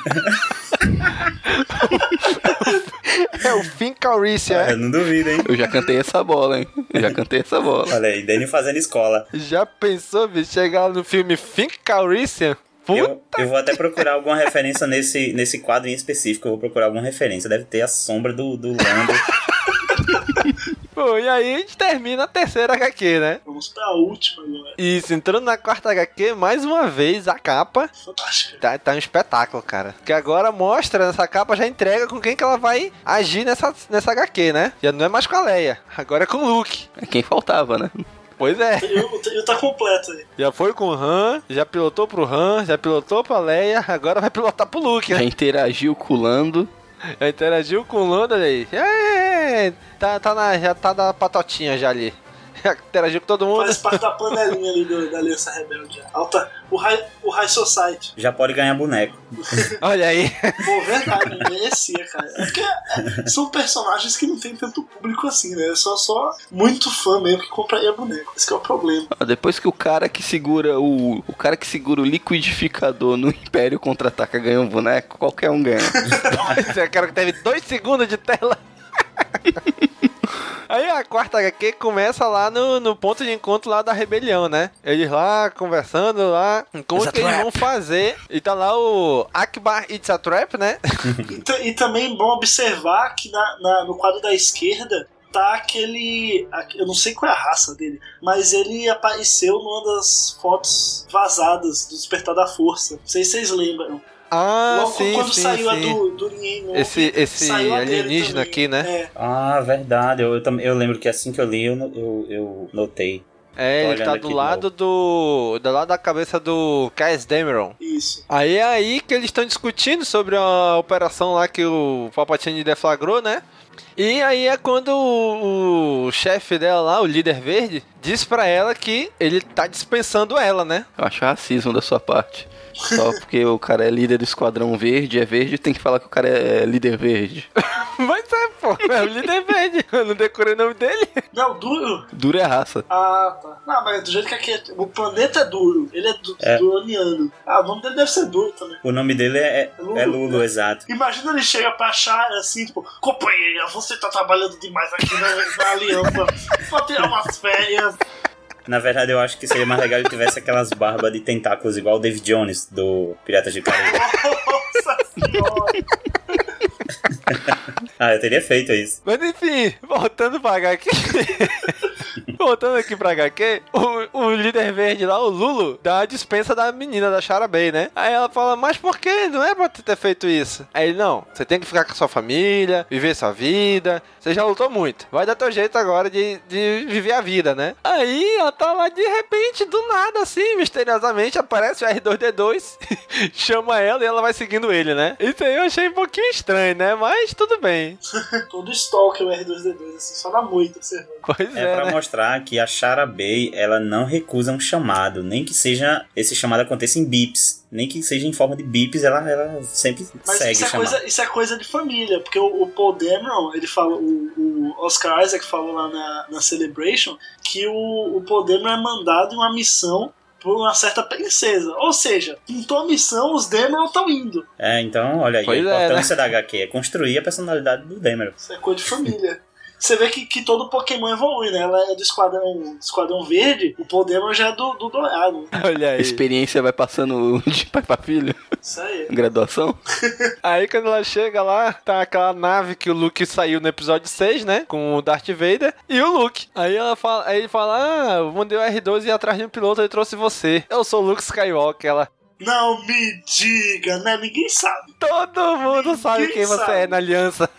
É o Finn Calrissian. Eu não duvido, hein? Eu já cantei essa bola, hein? Olha aí, Dani fazendo escola. Já pensou, bicho, chegar no filme Finn Calrissian? Eu vou até procurar alguma referência nesse quadro em específico. Eu vou procurar alguma referência. Deve ter a sombra do Lando. Bom, e aí a gente termina a terceira HQ, né? Vamos pra última agora. Isso, entrando na quarta HQ, mais uma vez a capa. Fantástica. Tá um espetáculo, cara. Que agora mostra, essa capa já entrega com quem que ela vai agir nessa HQ, né? Já não é mais com a Leia, agora é com o Luke. É quem faltava, né? Pois é. Eu tá completo aí. Já foi com o Han, já pilotou pro Han, já pilotou pra Leia, agora vai pilotar pro Luke, né? Já interagiu com o Lando. Já interagiu com o Lando, olha aí. Já tá da patotinha já ali. Interagiu com todo mundo. Faz parte da panelinha ali da Aliança Rebelde. O High Society. Já pode ganhar boneco. Olha aí. Pô, verdade, merecia, cara. É porque são personagens que não tem tanto público assim, né? É só muito fã mesmo que compraria boneco. Esse que é o problema. Depois que o cara que segura o liquidificador no Império Contra-Ataca ganha um boneco, qualquer um ganha. Esse é o cara que teve 2 segundos de tela. Aí a quarta HQ começa lá no ponto de encontro lá da rebelião, né? Eles lá conversando lá, como que eles vão fazer. E tá lá o Akbar It's a Trap, né? E também bom observar que no quadro da esquerda tá aquele... Eu não sei qual é a raça dele, mas ele apareceu numa das fotos vazadas do Despertar da Força. Não sei se vocês lembram. Logo sim, quando sim, saiu sim. a do Lien, esse alienígena aqui, né? É. Verdade. Eu lembro que assim que eu li, eu notei. Ele tá do lado do lado da cabeça do Cass Dameron. Isso. Aí é aí que eles estão discutindo sobre a operação lá que o Palpatine deflagrou, né? E aí é quando o chefe dela lá, o líder verde, diz pra ela que ele tá dispensando ela, né? Eu acho racismo da sua parte. Só porque o cara é líder do Esquadrão Verde, é verde, tem que falar que o cara é líder verde. Mas pô, é o líder verde. Eu não decorei o nome dele. Não, Duro. Duro é a raça. Ah, tá. Não, mas do jeito que aqui o planeta é Duro. Ele é duroniano. O nome dele deve ser Duro também. O nome dele é Lulu, exato. Imagina ele chega pra achar assim, tipo, companheira, você tá trabalhando demais aqui na aliança. Pra tirar umas férias. Na verdade, eu acho que seria mais legal ele tivesse aquelas barbas de tentáculos igual o David Jones, do Piratas de Caribe. Nossa senhora! Eu teria feito isso. Mas enfim, voltando pra HQ. Voltando aqui pra HQ, o líder verde lá, o Lulu, dá a dispensa da menina, da Shara Bey, né? Aí ela fala, mas por que? Não é pra ter feito isso. Aí ele, não, você tem que ficar com a sua família, viver sua vida, você já lutou muito. Vai dar teu jeito agora de viver a vida, né? Aí ela tá lá, de repente, do nada, assim, misteriosamente, aparece o R2-D2, chama ela e ela vai seguindo ele, né? Isso aí eu achei um pouquinho estranho, né? Mas tudo bem. Todo stalker o R2-D2, assim, só na moita, você vê. Pois é, pra né? mostrar que a Shara Bey, ela não recusa um chamado, nem que seja, esse chamado aconteça em bips, nem que seja em forma de bips, ela sempre segue o chamado. Mas isso é coisa de família, porque o Paul Dameron, ele fala, o Oscar Isaac falou lá na Celebration, que o Paul Dameron é mandado em uma missão por uma certa princesa. Ou seja, pintou a missão, os Dameron estão indo. Então, olha aí, pois a importância da HQ é construir a personalidade do Dameron. Isso é coisa de família. Você vê que todo Pokémon evolui, né? Ela é do Esquadrão Verde, o Paul Dameron já é do Dourado. Olha aí. A experiência vai passando de pai pra filho. Isso aí. Graduação. Aí quando ela chega lá, tá aquela nave que o Luke saiu no episódio 6, né? Com o Darth Vader e o Luke. Aí ele fala, eu mandei o R2 ir atrás de um piloto, ele trouxe você. Eu sou o Luke Skywalker. Ela... Não me diga, né? Ninguém sabe. Todo mundo sabe quem você é na aliança.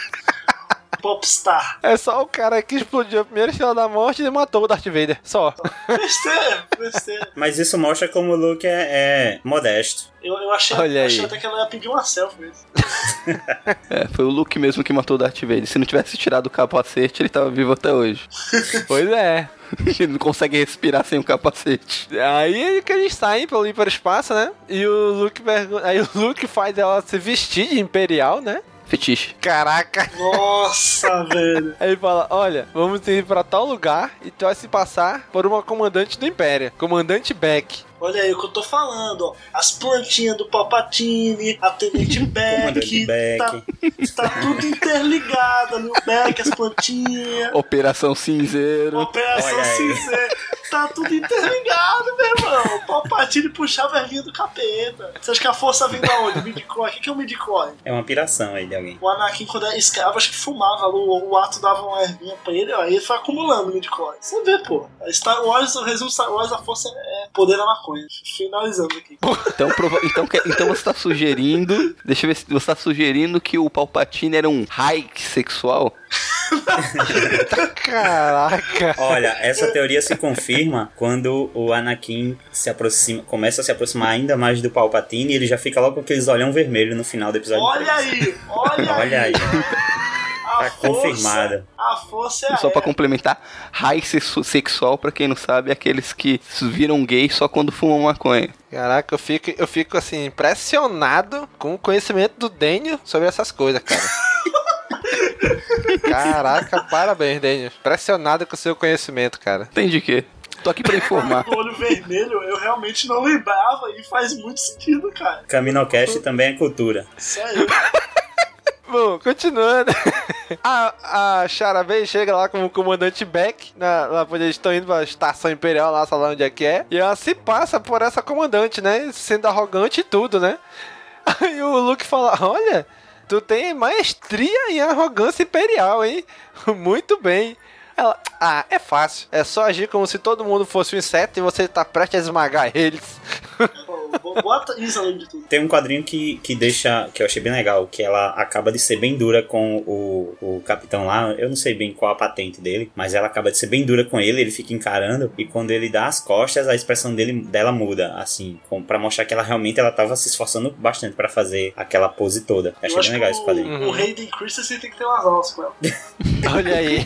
Popstar. É só o cara que explodiu a primeira Estrela da Morte e matou o Darth Vader. Só. Besteira. Mas isso mostra como o Luke é modesto. Eu achei até que ela ia pedir uma selfie mesmo. Foi o Luke mesmo que matou o Darth Vader. Se não tivesse tirado o capacete, ele tava vivo até hoje. Pois é. Ele não consegue respirar sem o capacete. Aí que eles saem pra ir para o espaço, né? E o Luke Aí o Luke faz ela se vestir de imperial, né? Fetiche. Caraca. Nossa, velho. Aí ele fala, olha, vamos ir pra tal lugar e tu vai se passar por uma comandante do Império. Comandante Beck. Olha aí o que eu tô falando, ó. As plantinhas do Palpatine, a Tenente Beck, tá tudo interligado ali, o Beck, as plantinhas. Operação Cinzeiro. Operação Cinzeiro. Tá tudo interligado, meu irmão. O Palpatine puxava a ervinha do capeta. Você acha que a força vem da onde? Midichlorian. O que é o Midichlorian? É uma piração aí de alguém. O Anakin, quando era escravo, acho que fumava. O ato dava uma ervinha pra ele, aí ele foi acumulando o Midichlorian. Você vê, pô. Star Wars, o resumo Star Wars, a força é poder da maconha. Finalizando aqui. Então você tá sugerindo... Deixa eu ver se você tá sugerindo que o Palpatine era um Reich sexual? Caraca. Olha, essa teoria se confirma quando o Anakin começa a se aproximar ainda mais do Palpatine e ele já fica logo com aqueles olhão vermelho no final do episódio. Olha 3. aí. Olha aí. Tá confirmada. A força é Só pra complementar, raiz sexual, pra quem não sabe, é aqueles que viram gay só quando fumam maconha. Caraca, eu fico assim, impressionado com o conhecimento do Daniel sobre essas coisas, cara. Caraca, parabéns, Daniel. Impressionado com o seu conhecimento, cara. Tem de quê? Tô aqui pra informar. O olho vermelho eu realmente não lembrava e faz muito sentido, cara. Caminocast também é cultura. Isso aí. Bom, continuando. A Charabei chega lá com o comandante Beck, lá onde eles estão indo pra estação imperial, lá, sei lá onde é que é. E ela se passa por essa comandante, né? Sendo arrogante e tudo, né? Aí o Luke fala, olha, tu tem maestria em arrogância imperial, hein? Muito bem. Ela, é fácil. É só agir como se todo mundo fosse um inseto e você tá prestes a esmagar eles. Bota isso além de tudo. Tem um quadrinho que deixa, que eu achei bem legal, que ela acaba de ser bem dura com o capitão lá. Eu não sei bem qual a patente dele, mas ela acaba de ser bem dura com ele fica encarando, e quando ele dá as costas, a expressão dela muda, assim, pra mostrar que ela tava se esforçando bastante pra fazer aquela pose toda. Eu achei bem legal esse quadrinho. O Hayden Christensen tem que ter umas aulas com ela. Olha aí.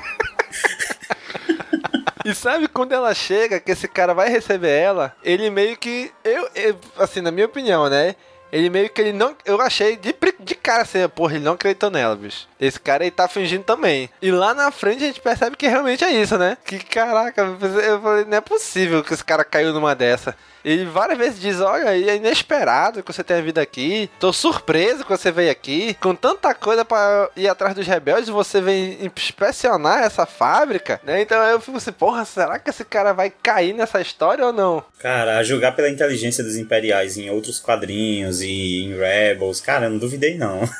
E sabe quando ela chega, que esse cara vai receber ela, ele meio que, assim, na minha opinião, né? Ele meio que eu achei de cara assim, porra, ele não acreditou nela, bicho. Esse cara aí tá fingindo também. E lá na frente a gente percebe que realmente é isso, né? Que caraca, eu falei, não é possível que esse cara caiu numa dessa. Ele várias vezes diz, olha, é inesperado que você tenha vindo aqui. Tô surpreso que você veio aqui. Com tanta coisa pra ir atrás dos rebeldes, você vem inspecionar essa fábrica, né? Então eu fico assim, porra, será que esse cara vai cair nessa história ou não? Cara, a julgar pela inteligência dos imperiais em outros quadrinhos e em Rebels, cara, eu não duvidei não.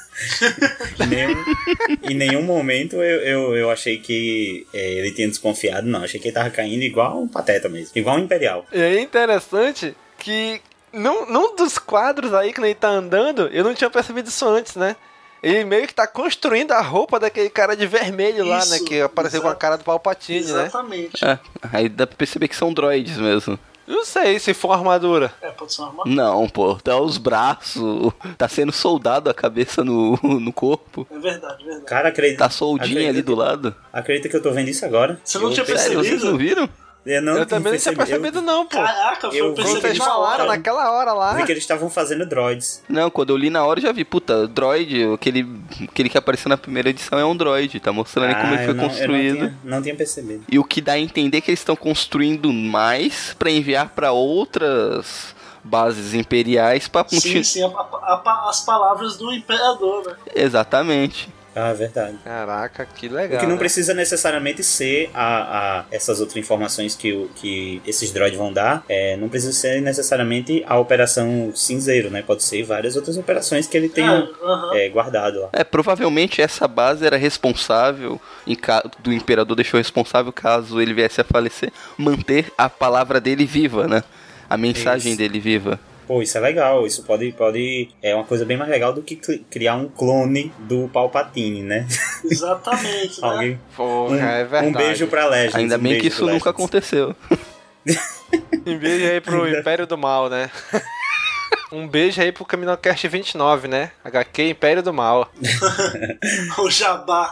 Em nenhum momento eu achei que ele tinha desconfiado, não. Achei que ele tava caindo igual um pateta mesmo, igual um imperial. E é interessante que num dos quadros aí que ele tá andando, eu não tinha percebido isso antes, né? Ele meio que tá construindo a roupa daquele cara de vermelho lá, né? Que apareceu com a cara do Palpatine, exatamente. né? Aí dá pra perceber que são droids mesmo. Não sei se for armadura. Pode ser uma armadura. Não, pô, tá os braços, tá sendo soldado a cabeça no corpo. É verdade. Cara, acredita. Tá soldinha ali do lado. Acredita que eu tô vendo isso agora? Você não tinha percebido? Sério, vocês não viram? Eu também não tinha percebido não, pô. Caraca, foi percebido. Vocês falaram naquela hora lá. Vi que eles estavam fazendo droids. Não, quando eu li na hora eu já vi, puta, droid, aquele que apareceu na primeira edição é um droid, tá mostrando aí como ele foi construído. Eu não tinha percebido. E o que dá a entender é que eles estão construindo mais pra enviar pra outras bases imperiais pra continuar. Sim, as palavras do imperador, né? Exatamente. Ah, verdade. Caraca, que legal. O que não precisa necessariamente ser essas outras informações que esses droids vão dar, não precisa ser necessariamente a Operação Cinzeiro, né? Pode ser várias outras operações que ele tenha guardado lá. Provavelmente essa base era responsável, do Imperador deixou responsável, caso ele viesse a falecer, manter a palavra dele viva, né? A mensagem dele viva. Pô, isso é legal, isso pode é uma coisa bem mais legal do que criar um clone do Palpatine, né? Exatamente, né? Alguém, Porra, é verdade. Um beijo pra Legends. Ainda bem que isso nunca aconteceu. Um beijo aí pro Império do Mal, né? Um beijo aí pro Caminocast 29, né? HQ Império do Mal. O Jabá.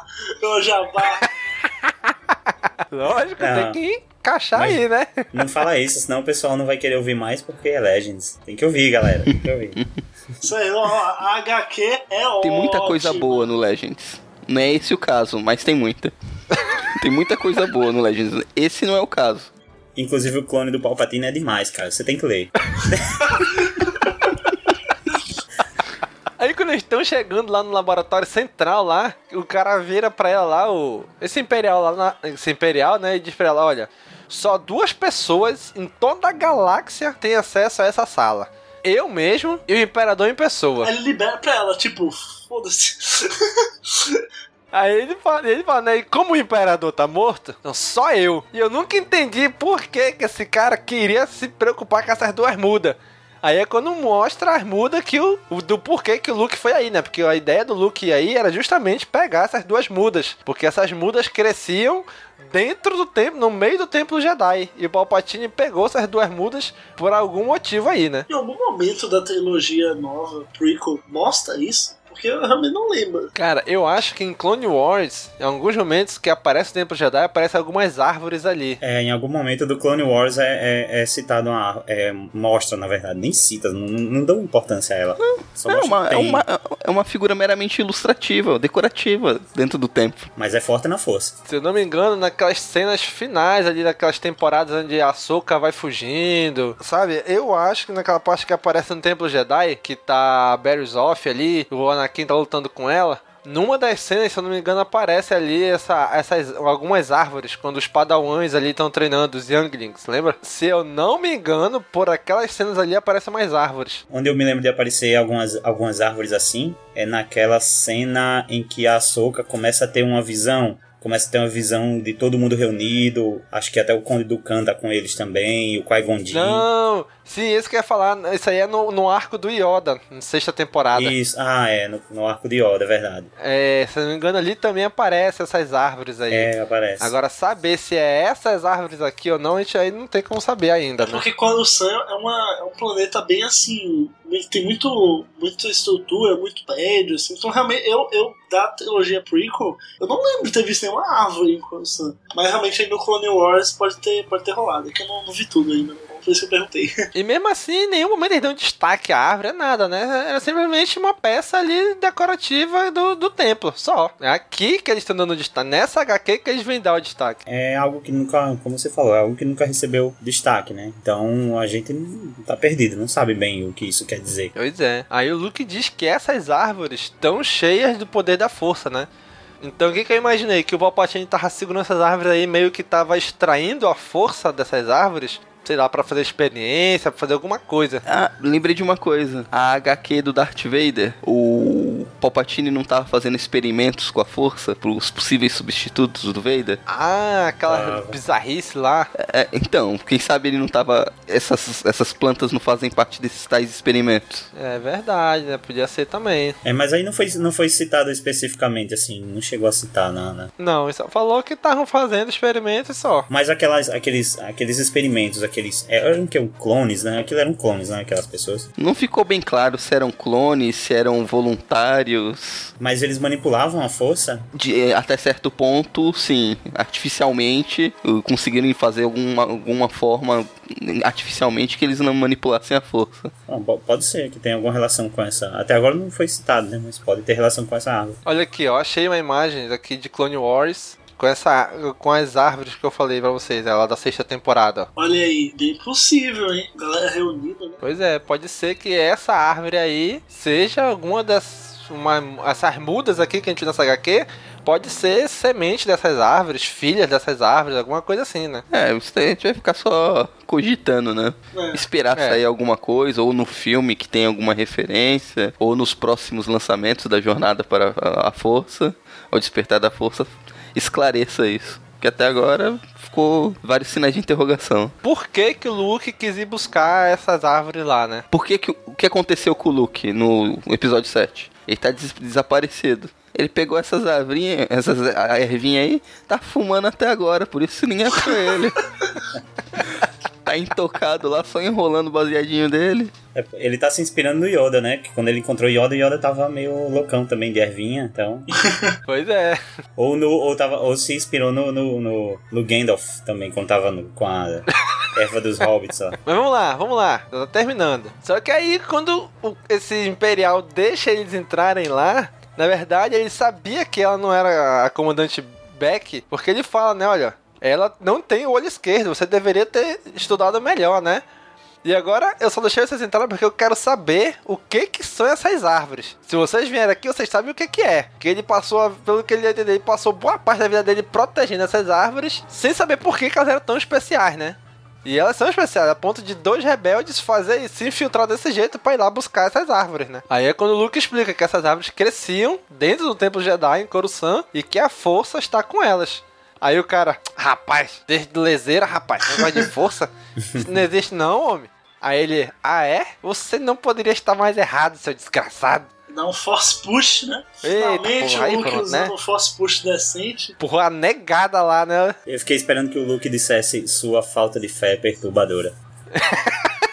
Lógico, tem que encaixar aí, né? Não fala isso, senão o pessoal não vai querer ouvir mais porque é Legends. Tem que ouvir, galera. Tem que ouvir. Isso aí, a HQ é ótimo. Tem muita coisa boa no Legends. Não é esse o caso, mas tem muita. Tem muita coisa boa no Legends. Esse não é o caso. Inclusive o clone do Palpatine é demais, cara. Você tem que ler. Aí quando eles estão chegando lá no laboratório central lá, o cara vira pra ela lá, esse imperial, né, e diz pra ela, olha, só 2 pessoas em toda a galáxia têm acesso a essa sala. Eu mesmo e o Imperador em pessoa. Aí ele libera pra ela, tipo, foda-se. Aí ele fala, né, e como o Imperador tá morto, então só eu. E eu nunca entendi por que esse cara queria se preocupar com essas 2 mudas. Aí é quando mostra as mudas do porquê que o Luke foi aí, né? Porque a ideia do Luke aí era justamente pegar essas 2 mudas. Porque essas mudas cresciam dentro do templo, no meio do templo Jedi. E o Palpatine pegou essas 2 mudas por algum motivo aí, né? Em algum momento da trilogia nova, prequel, mostra isso? porque eu realmente não lembro. Cara, eu acho que em Clone Wars, em alguns momentos que aparece o Templo Jedi, aparecem algumas árvores ali. Em algum momento do Clone Wars é citado mostra, na verdade, nem cita, não dão importância a ela. É uma figura meramente ilustrativa, decorativa dentro do templo. Mas é forte na força. Se eu não me engano, naquelas cenas finais ali, daquelas temporadas onde a Ahsoka vai fugindo, sabe? Eu acho que naquela parte que aparece no Templo Jedi, que tá Barriss Offee ali, o Anakin tá lutando com ela, numa das cenas, se eu não me engano, aparece ali algumas árvores, quando os padawans ali estão treinando, os younglings, lembra? Se eu não me engano, por aquelas cenas ali aparecem mais árvores. Onde eu me lembro de aparecer algumas árvores assim, é naquela cena em que a Ahsoka começa a ter uma visão de todo mundo reunido. Acho que até o Conde Dooku tá com eles também, e o Qui-Gon Jinn. Não, sim, isso que eu ia falar. Isso aí é no arco do Yoda, na 6ª temporada. Isso, no arco de Yoda, é verdade. Se eu não me engano, ali também aparecem essas árvores aí. Aparece. Agora, saber se é essas árvores aqui ou não, a gente aí não tem como saber ainda, né? Porque Coruscant é um planeta bem assim, tem muita estrutura, muito prédio, assim. Então realmente, eu da trilogia prequel, eu não lembro de ter visto nenhuma árvore em Coruscant. Mas realmente aí no Clone Wars pode ter rolado, é que eu não vi tudo ainda, né? Por isso que eu perguntei. E mesmo assim, em nenhum momento eles dão destaque à árvore, é nada, né? Era simplesmente uma peça ali decorativa do templo, só. É aqui que eles estão dando destaque, nessa HQ que eles vêm dar o destaque. É algo que nunca, como você falou, é algo que nunca recebeu destaque, né? Então a gente tá perdido, não sabe bem o que isso quer dizer. Pois é. Aí o Luke diz que essas árvores estão cheias do poder da força, né? Então o que eu imaginei? Que o Palpatine tava segurando essas árvores aí, meio que tava extraindo a força dessas árvores, sei lá, pra fazer experiência, pra fazer alguma coisa. Lembrei de uma coisa. A HQ do Darth Vader, o Palpatine não tava fazendo experimentos com a força pros possíveis substitutos do Vader? Aquela bizarrice lá. Então, quem sabe ele não tava... Essas plantas não fazem parte desses tais experimentos. É verdade, né? Podia ser também. Mas aí não foi citado especificamente, assim, não chegou a citar nada. Não, só falou que estavam fazendo experimentos só. Mas aqueles experimentos, eram clones, né? Aquilo eram clones, né? Aquelas pessoas. Não ficou bem claro se eram clones, se eram voluntários. Mas eles manipulavam a força? Até certo ponto, sim. Artificialmente, conseguiram fazer alguma forma artificialmente que eles não manipulassem a força. Pode ser que tenha alguma relação com essa... Até agora não foi citado, né? Mas pode ter relação com essa árvore. Olha aqui, ó. Achei uma imagem aqui de Clone Wars... Com as árvores que eu falei pra vocês, lá da 6ª temporada. Olha aí, bem possível, hein? Galera reunida, né? Pois é, pode ser que essa árvore aí seja alguma essas mudas aqui que a gente viu nessa HQ, pode ser semente dessas árvores, filhas dessas árvores, alguma coisa assim, né? A gente vai ficar só cogitando, né? Esperar sair alguma coisa, ou no filme que tem alguma referência, ou nos próximos lançamentos da Jornada para a Força, ou Despertar da Força, esclareça isso. Porque até agora ficou vários sinais de interrogação. Por que o Luke quis ir buscar essas árvores lá, né? O que aconteceu com o Luke no episódio 7? Ele tá desaparecido. Ele pegou essas ervinhas aí, tá fumando até agora, por isso ninguém achou ele. Tá intocado lá, só enrolando o baseadinho dele. Ele tá se inspirando no Yoda, né? Que quando ele encontrou Yoda tava meio loucão também de ervinha, então... Pois é. Ou se inspirou no Gandalf também, quando tava com a erva dos Hobbits, ó. Mas vamos lá, tá terminando. Só que aí, quando esse Imperial deixa eles entrarem lá, na verdade, ele sabia que ela não era a comandante Beck, porque ele fala, né, olha... Ela não tem o olho esquerdo, você deveria ter estudado melhor, né? E agora eu só deixei vocês entrarem porque eu quero saber o que são essas árvores. Se vocês vierem aqui, vocês sabem o que é. Porque ele passou, pelo que ele entendeu, ele passou boa parte da vida dele protegendo essas árvores, sem saber por que elas eram tão especiais, né? E elas são especiais, a ponto de 2 rebeldes se infiltrar desse jeito pra ir lá buscar essas árvores, né? Aí é quando o Luke explica que essas árvores cresciam dentro do Templo Jedi em Coruscant e que a força está com elas. Aí o cara, rapaz, desde lezeira, rapaz, negócio de força, isso não existe não, homem. Aí ele, é? Você não poderia estar mais errado, seu desgraçado. Dá um force push, né? Finalmente o Luke usando um force push decente. Porra, a negada lá, né? Eu fiquei esperando que o Luke dissesse sua falta de fé é perturbadora.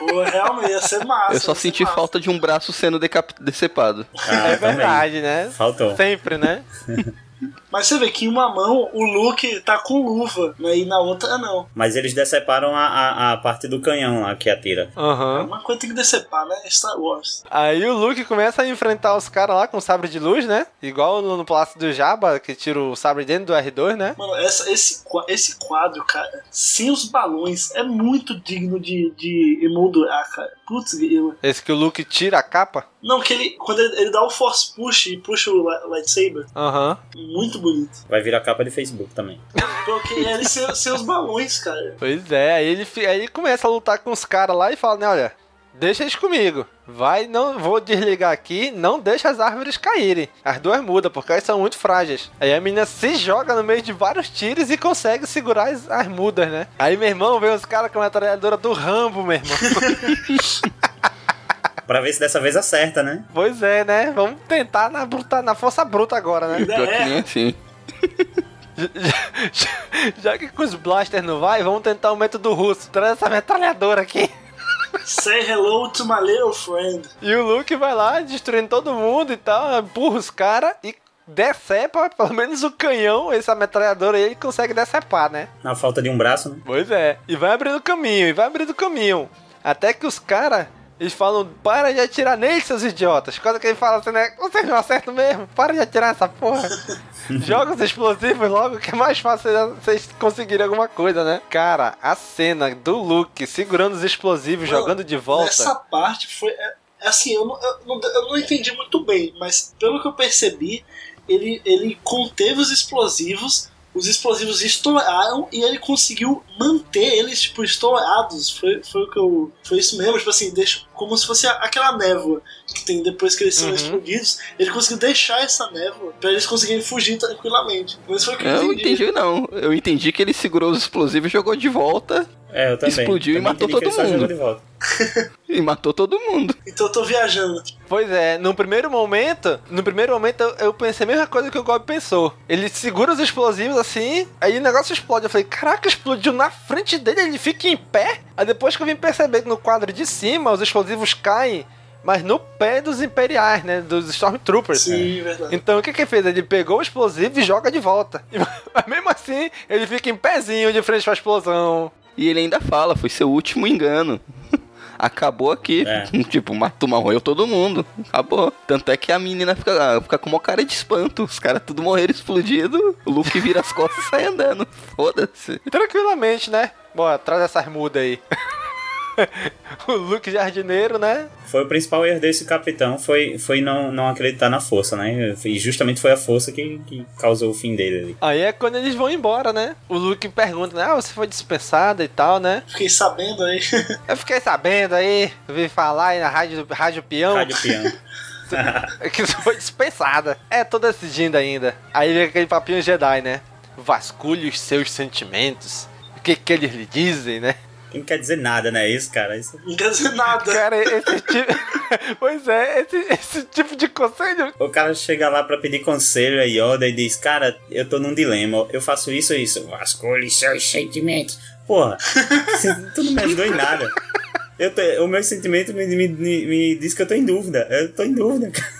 Pô, realmente, ia ser massa. Eu só senti falta de um braço sendo decepado. É verdade, né? Faltou. Sempre, né? Mas você vê que em uma mão o Luke tá com luva, né? E na outra não. Mas eles deceparam a parte do canhão lá que atira. Aham. Uma coisa tem que decepar, né? Star Wars. Aí o Luke começa a enfrentar os caras lá com sabre de luz, né? Igual no Palácio do Jabba, que tira o sabre dentro do R2, né? Mano, esse quadro, cara, sem os balões, é muito digno de emoldurar, cara. Putz, grila. Esse que o Luke tira a capa? Não, que quando ele dá o Force Push e puxa o lightsaber. Aham. Muito bonito. Vai virar capa de Facebook também. Porque ele sem os balões, cara. Pois é, aí ele começa a lutar com os caras lá e fala, né, olha, deixa eles comigo. Vai, não vou desligar aqui, não deixa as árvores caírem. As duas mudas, porque elas são muito frágeis. Aí a menina se joga no meio de vários tiros e consegue segurar as mudas, né? Aí, meu irmão, vem os caras com a metralhadora do Rambo, meu irmão. Pra ver se dessa vez acerta, né? Pois é, né? Vamos tentar na força bruta agora, né? Pior que nem assim. Já que com os blasters não vai, vamos tentar o método russo. Traz essa metralhadora aqui. Say hello to my little friend. E o Luke vai lá, destruindo todo mundo e tal, empurra os caras e decepa, pelo menos o canhão, essa metralhadora aí, ele consegue decepar, né? Na falta de um braço, né? Pois é. E vai abrindo caminho, Até que os caras, eles falam, para de atirar neles, seus idiotas. Quando que ele fala assim, né? Vocês não acertam mesmo, para de atirar essa porra. Joga os explosivos logo, que é mais fácil vocês conseguirem alguma coisa, né? Cara, a cena do Luke segurando os explosivos, Mano, jogando de volta. Essa parte foi... assim, eu não entendi muito bem, mas pelo que eu percebi, ele conteve os explosivos estouraram e ele conseguiu manter eles, tipo, estourados. Foi isso mesmo, tipo assim, como se fosse aquela névoa que tem depois que eles são explodidos. Ele conseguiu deixar essa névoa pra eles conseguirem fugir tranquilamente. Mas foi o que eu entendi. Eu entendi que ele segurou os explosivos e jogou de volta. Eu também. Explodiu e matou todo mundo. E matou todo mundo. Então eu tô viajando. Pois é, no primeiro momento eu pensei a mesma coisa que o Gob pensou. Ele segura os explosivos assim, aí o negócio explode. Eu falei, caraca, explodiu na frente dele, ele fica em pé? Aí depois que eu vim perceber que no quadro de cima os explosivos caem, mas no pé dos imperiais, né? Dos Stormtroopers. Sim, verdade. Então o que ele fez? Ele pegou o explosivo e joga de volta. Mas mesmo assim, ele fica em pezinho de frente pra explosão. E ele ainda fala, foi seu último engano. Acabou aqui. Tipo, morreu todo mundo. Acabou. Tanto é que a menina fica com uma cara de espanto. Os caras tudo morreram explodido. O Luke vira as costas e sai andando. Foda-se. Tranquilamente, né? Bora, traz essas mudas aí. O Luke jardineiro, né? Foi o principal erro desse capitão, foi não acreditar na força, né? E justamente foi a força que causou o fim dele ali. Aí é quando eles vão embora, né? O Luke pergunta, né? Você foi dispensada e tal, né? Fiquei sabendo aí. Eu fiquei sabendo aí, vi falar aí na Rádio Peão. Rádio Peão. Que foi dispensada. Tô decidindo ainda. Aí vem aquele papinho Jedi, né? Vasculhe os seus sentimentos. O que eles lhe dizem, né? Não quer dizer nada, né? Isso, cara. Isso... Não quer dizer nada. Cara, esse tipo... Pois é, esse tipo de conselho... O cara chega lá pra pedir conselho a Yoda e diz, cara, eu tô num dilema, eu faço isso ou isso. Vasculhe seus sentimentos. Porra, tu não me ajudou em nada. O meu sentimento me diz que eu tô em dúvida. Eu tô em dúvida, cara.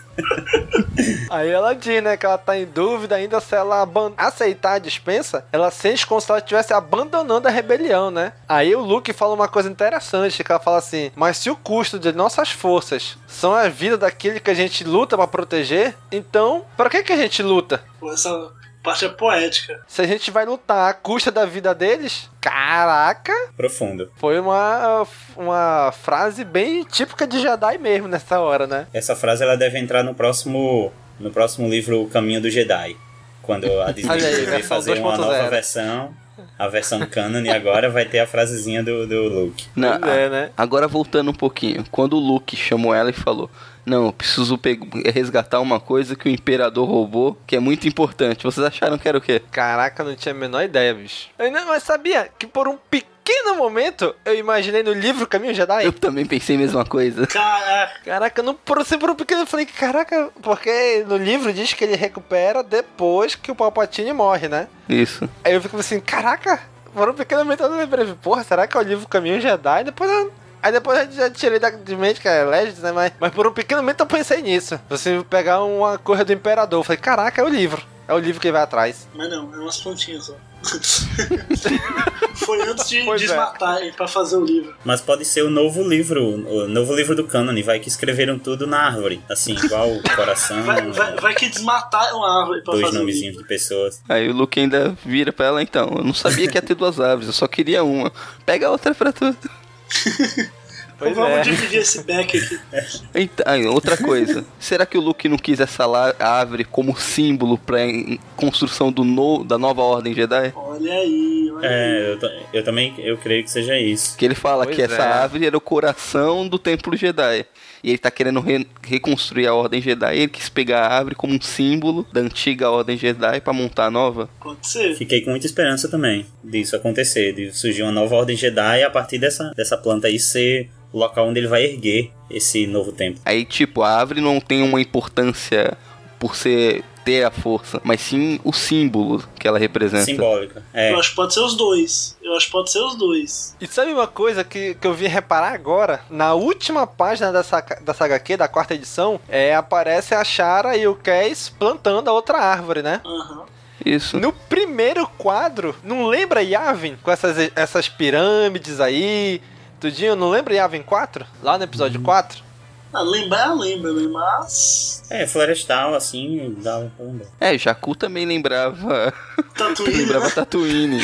Aí ela diz, né, que ela tá em dúvida ainda se ela aceitar a dispensa, ela sente como se ela estivesse abandonando a rebelião, né? Aí o Luke fala uma coisa interessante, que ela fala assim, mas se o custo de nossas forças são a vida daquele que a gente luta pra proteger, então, pra que a gente luta? Pô, essa parte é poética. Se a gente vai lutar à custa da vida deles, caraca! Profundo. Foi uma frase bem típica de Jedi mesmo nessa hora, né? Essa frase ela deve entrar no próximo livro O Caminho do Jedi. Quando a Disney vai fazer uma nova versão, a versão canon, e agora vai ter a frasezinha do Luke. Não, né? Agora voltando um pouquinho, quando o Luke chamou ela e falou, não, eu preciso resgatar uma coisa que o Imperador roubou, que é muito importante. Vocês acharam que era o quê? Caraca, não tinha a menor ideia, bicho. Mas sabia que por um pequeno momento eu imaginei no livro Caminho Jedi? Eu também pensei a mesma coisa. Caraca, por um pequeno eu falei, caraca, porque no livro diz que ele recupera depois que o Palpatine morre, né? Isso. Aí eu fico assim, caraca, por um pequeno momento eu lembrei, porra, será que é o livro Caminho Jedi? Depois eu Aí depois eu já tirei de mente que é Legends, né? Mas por um pequeno momento eu pensei nisso. Você pegar uma coisa do Imperador. Eu falei, caraca, é o livro. É o livro que vai atrás. Mas não, é umas plantinhas só. Foi antes de desmatarem pra fazer o livro. Mas pode ser o novo livro do cânone. Vai que escreveram tudo na árvore. Assim, igual o coração. Vai que desmataram a árvore pra fazer o livro. 2 nomezinhos de pessoas. Aí o Luke ainda vira pra ela, então. Eu não sabia que ia ter 2 árvores, eu só queria uma. Pega a outra pra tudo. Então vamos dividir esse back aqui. Então, outra coisa. Será que o Luke não quis essa árvore como símbolo pra construção da nova Ordem Jedi? Olha aí. Eu também creio que seja isso. Que ele fala que essa árvore era o coração do Templo Jedi. E ele tá querendo reconstruir a Ordem Jedi. Ele quis pegar a árvore como um símbolo da antiga Ordem Jedi pra montar a nova. Pode ser. Fiquei com muita esperança também disso acontecer. De surgir uma nova Ordem Jedi a partir dessa planta aí ser o local onde ele vai erguer esse novo templo. Aí, tipo, a árvore não tem uma importância por ter a força, mas sim o símbolo que ela representa. Simbólica. Eu acho que pode ser os dois. E sabe uma coisa que eu vim reparar agora? Na última página dessa HQ, da 4ª edição, aparece a Shara e o Kes plantando a outra árvore, né? Aham. Isso. No primeiro quadro, não lembra Yavin com essas pirâmides aí? Tudinho, não lembra Yavin 4? Lá no episódio 4? Lembra, mas... florestal, assim, dava pra lembrar. Jakku também lembrava... Tatooine. lembrava Tatooine.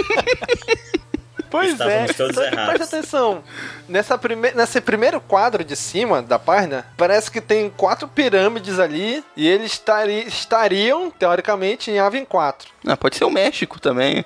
Pois Estávamos todos errados. Presta atenção. Nesse primeiro quadro de cima da página, parece que tem 4 pirâmides ali e eles estariam, teoricamente, em Yavin 4. Pode ser o México também.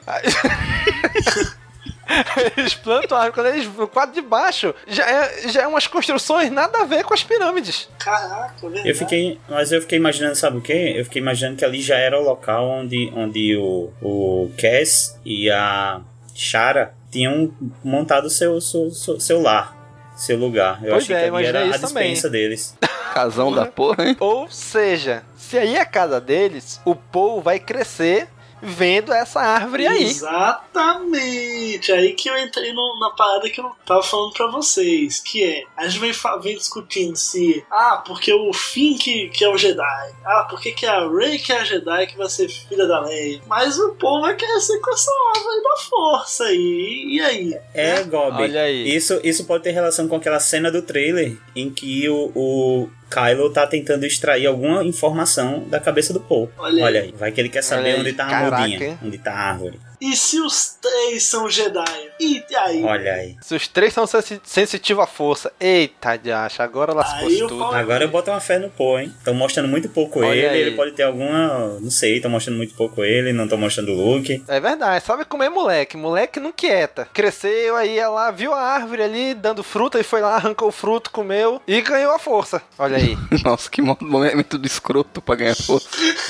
Eles plantam a árvore, quando eles no quadro de baixo já é umas construções nada a ver com as pirâmides. Caraca, verdade. Eu fiquei imaginando, sabe o quê? Eu fiquei imaginando que ali já era o local onde o Kes e a Shara tinham montado seu lar, seu lugar. Eu achei que ali era a dispensa deles. Casão da porra, hein? Ou seja, se aí é a casa deles, o Paul vai crescer vendo essa árvore aí. Exatamente. Aí que eu entrei na parada que eu tava falando pra vocês, que a gente vem discutindo se porque o Finn que é o Jedi, porque que a Rey que é a Jedi que vai ser filha da Leia, mas o povo vai querer ser com essa árvore da força aí, e aí? Gobi, olha aí. Isso pode ter relação com aquela cena do trailer em que o Kylo tá tentando extrair alguma informação da cabeça do Paul. Olha aí. Vai que ele quer saber onde tá a mudinha, onde tá a árvore. E se os 3 são Jedi? E aí? Olha aí. Se os 3 são sensitivos à força. Eita, diacha, agora lascou-se tudo. Agora eu boto uma fé no Paul, hein? Estão mostrando muito pouco ele pode ter alguma... Não sei, estão mostrando muito pouco ele, não estão mostrando o Luke. É verdade, sabe como é moleque não quieta. Cresceu, aí ela viu a árvore ali dando fruta e foi lá, arrancou o fruto, comeu e ganhou a força. Olha aí. Nossa, que momento do escroto pra ganhar força.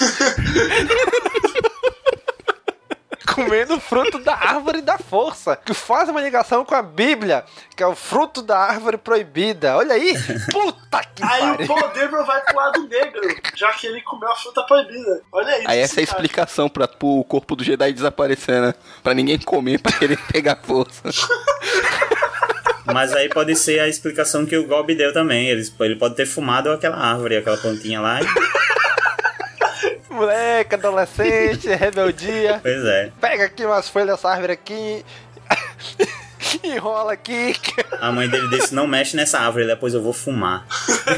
Comendo o fruto da árvore da força, que faz uma ligação com a Bíblia, que é o fruto da árvore proibida. Olha aí, puta que pariu. Aí o poder não vai pro lado negro, já que ele comeu a fruta proibida. Olha isso. Aí essa é a explicação pro corpo do Jedi desaparecer, né? Pra ninguém comer, pra querer pegar força. Mas aí pode ser a explicação que o Gobi deu também. Ele pode ter fumado aquela árvore, aquela plantinha lá. Moleque, adolescente, rebeldia. Pois é. Pega aqui umas folhas dessa árvore aqui. Enrola aqui. A mãe dele disse, não mexe nessa árvore, depois eu vou fumar.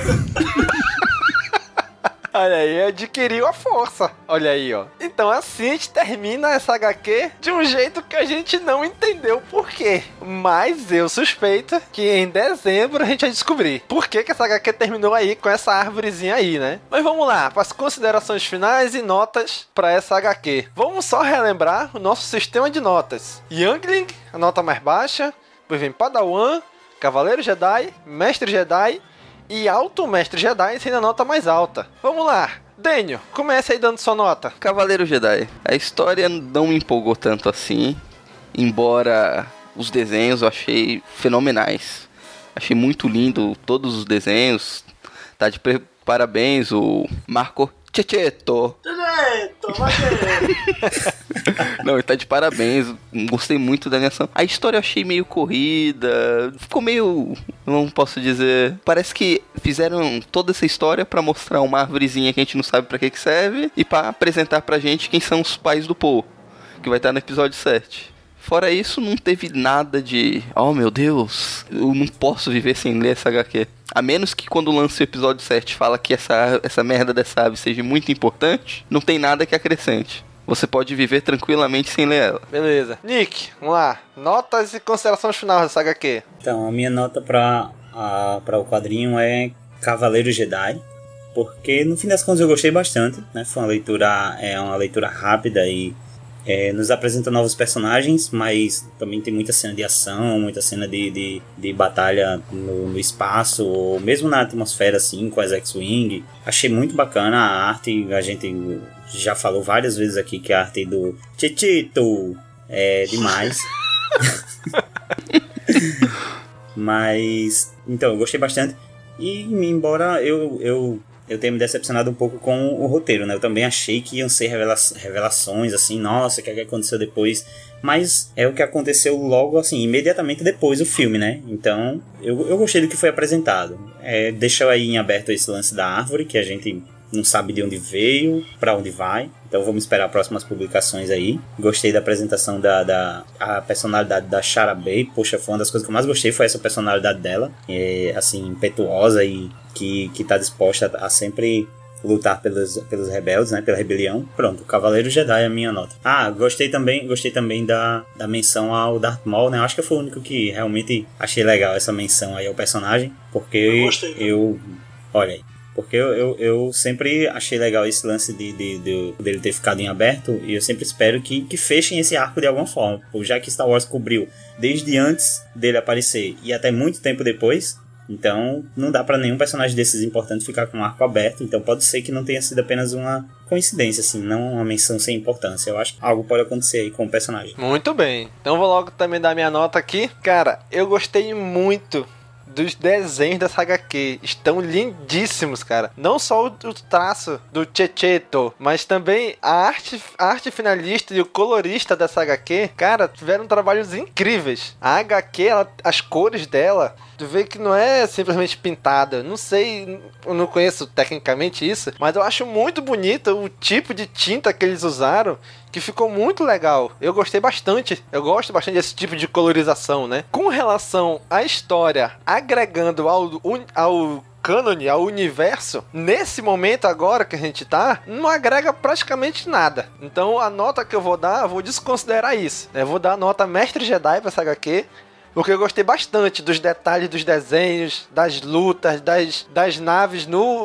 Olha aí, adquiriu a força. Olha aí, ó. Então assim a gente termina essa HQ de um jeito que a gente não entendeu por quê. Mas eu suspeito que em dezembro a gente vai descobrir por que essa HQ terminou aí com essa árvorezinha aí, né? Mas vamos lá, para as considerações finais e notas para essa HQ. Vamos só relembrar o nosso sistema de notas. Youngling, a nota mais baixa. Depois vem Padawan, Cavaleiro Jedi, Mestre Jedi e Alto Mestre Jedi sendo a nota mais alta. Vamos lá, Daniel, comece aí dando sua nota. Cavaleiro Jedi. A história não me empolgou tanto assim, embora os desenhos eu achei fenomenais. Achei muito lindo todos os desenhos. Tá de parabéns o Marco Checheto. Não, ele tá de parabéns. Gostei muito da animação. A história eu achei meio corrida. Ficou meio... Não posso dizer... Parece que fizeram toda essa história pra mostrar uma árvorezinha que a gente não sabe pra que serve e pra apresentar pra gente quem são os pais do Paul, que vai estar no episódio 7. Fora isso, não teve nada de... Oh, meu Deus, eu não posso viver sem ler essa HQ. A menos que quando lança o episódio 7 fala que essa merda dessa ave seja muito importante, não tem nada que acrescente. Você pode viver tranquilamente sem ler ela. Beleza. Nick, vamos lá. Notas e considerações finais dessa HQ. Então, a minha nota pra o quadrinho é Cavaleiro Jedi. Porque, no fim das contas, eu gostei bastante, né? Foi uma leitura rápida e nos apresenta novos personagens, mas também tem muita cena de ação, muita cena de batalha no espaço, ou mesmo na atmosfera, assim, com as X-Wing. Achei muito bacana a arte, a gente já falou várias vezes aqui que a arte do Titito é demais. Mas, então, eu gostei bastante. E, embora eu tenha me decepcionado um pouco com o roteiro, né? Eu também achei que iam ser revelações, assim, nossa, o que aconteceu depois? Mas é o que aconteceu logo, assim, imediatamente depois do filme, né? Então, eu gostei do que foi apresentado. Deixou aí em aberto esse lance da árvore, que a gente não sabe de onde veio, pra onde vai. Então vamos esperar próximas publicações aí. Gostei da apresentação a personalidade da Shara Bey. Poxa, foi uma das coisas que eu mais gostei, foi essa personalidade dela. Assim, impetuosa e que tá disposta a sempre lutar pelos rebeldes, né? Pela rebelião. Pronto, Cavaleiro Jedi é a minha nota. Gostei também da menção ao Darth Maul, né? Eu acho que foi o único que realmente achei legal essa menção aí ao personagem. Porque olha aí. Porque eu sempre achei legal esse lance dele ter ficado em aberto, e eu sempre espero que fechem esse arco de alguma forma. Já que Star Wars cobriu desde antes dele aparecer e até muito tempo depois, então não dá pra nenhum personagem desses importantes ficar com o arco aberto. Então pode ser que não tenha sido apenas uma coincidência, assim, não uma menção sem importância. Eu acho que algo pode acontecer aí com o personagem. Muito bem, então vou logo também dar minha nota aqui. Cara, eu gostei muito dos desenhos dessa HQ, estão lindíssimos, cara. Não só o traço do Checheto, mas também a arte finalista e o colorista dessa HQ, cara, tiveram trabalhos incríveis. A HQ, as cores dela, tu vê que não é simplesmente pintada. Não sei, eu não conheço tecnicamente isso, mas eu acho muito bonito o tipo de tinta que eles usaram, que ficou muito legal. Eu gostei bastante. Eu gosto bastante desse tipo de colorização, né? Com relação à história, agregando ao cânone, ao universo, nesse momento agora que a gente tá, não agrega praticamente nada. Então a nota que eu vou dar, eu vou desconsiderar isso. Eu vou dar a nota Mestre Jedi pra essa HQ, porque eu gostei bastante dos detalhes dos desenhos, das lutas, das naves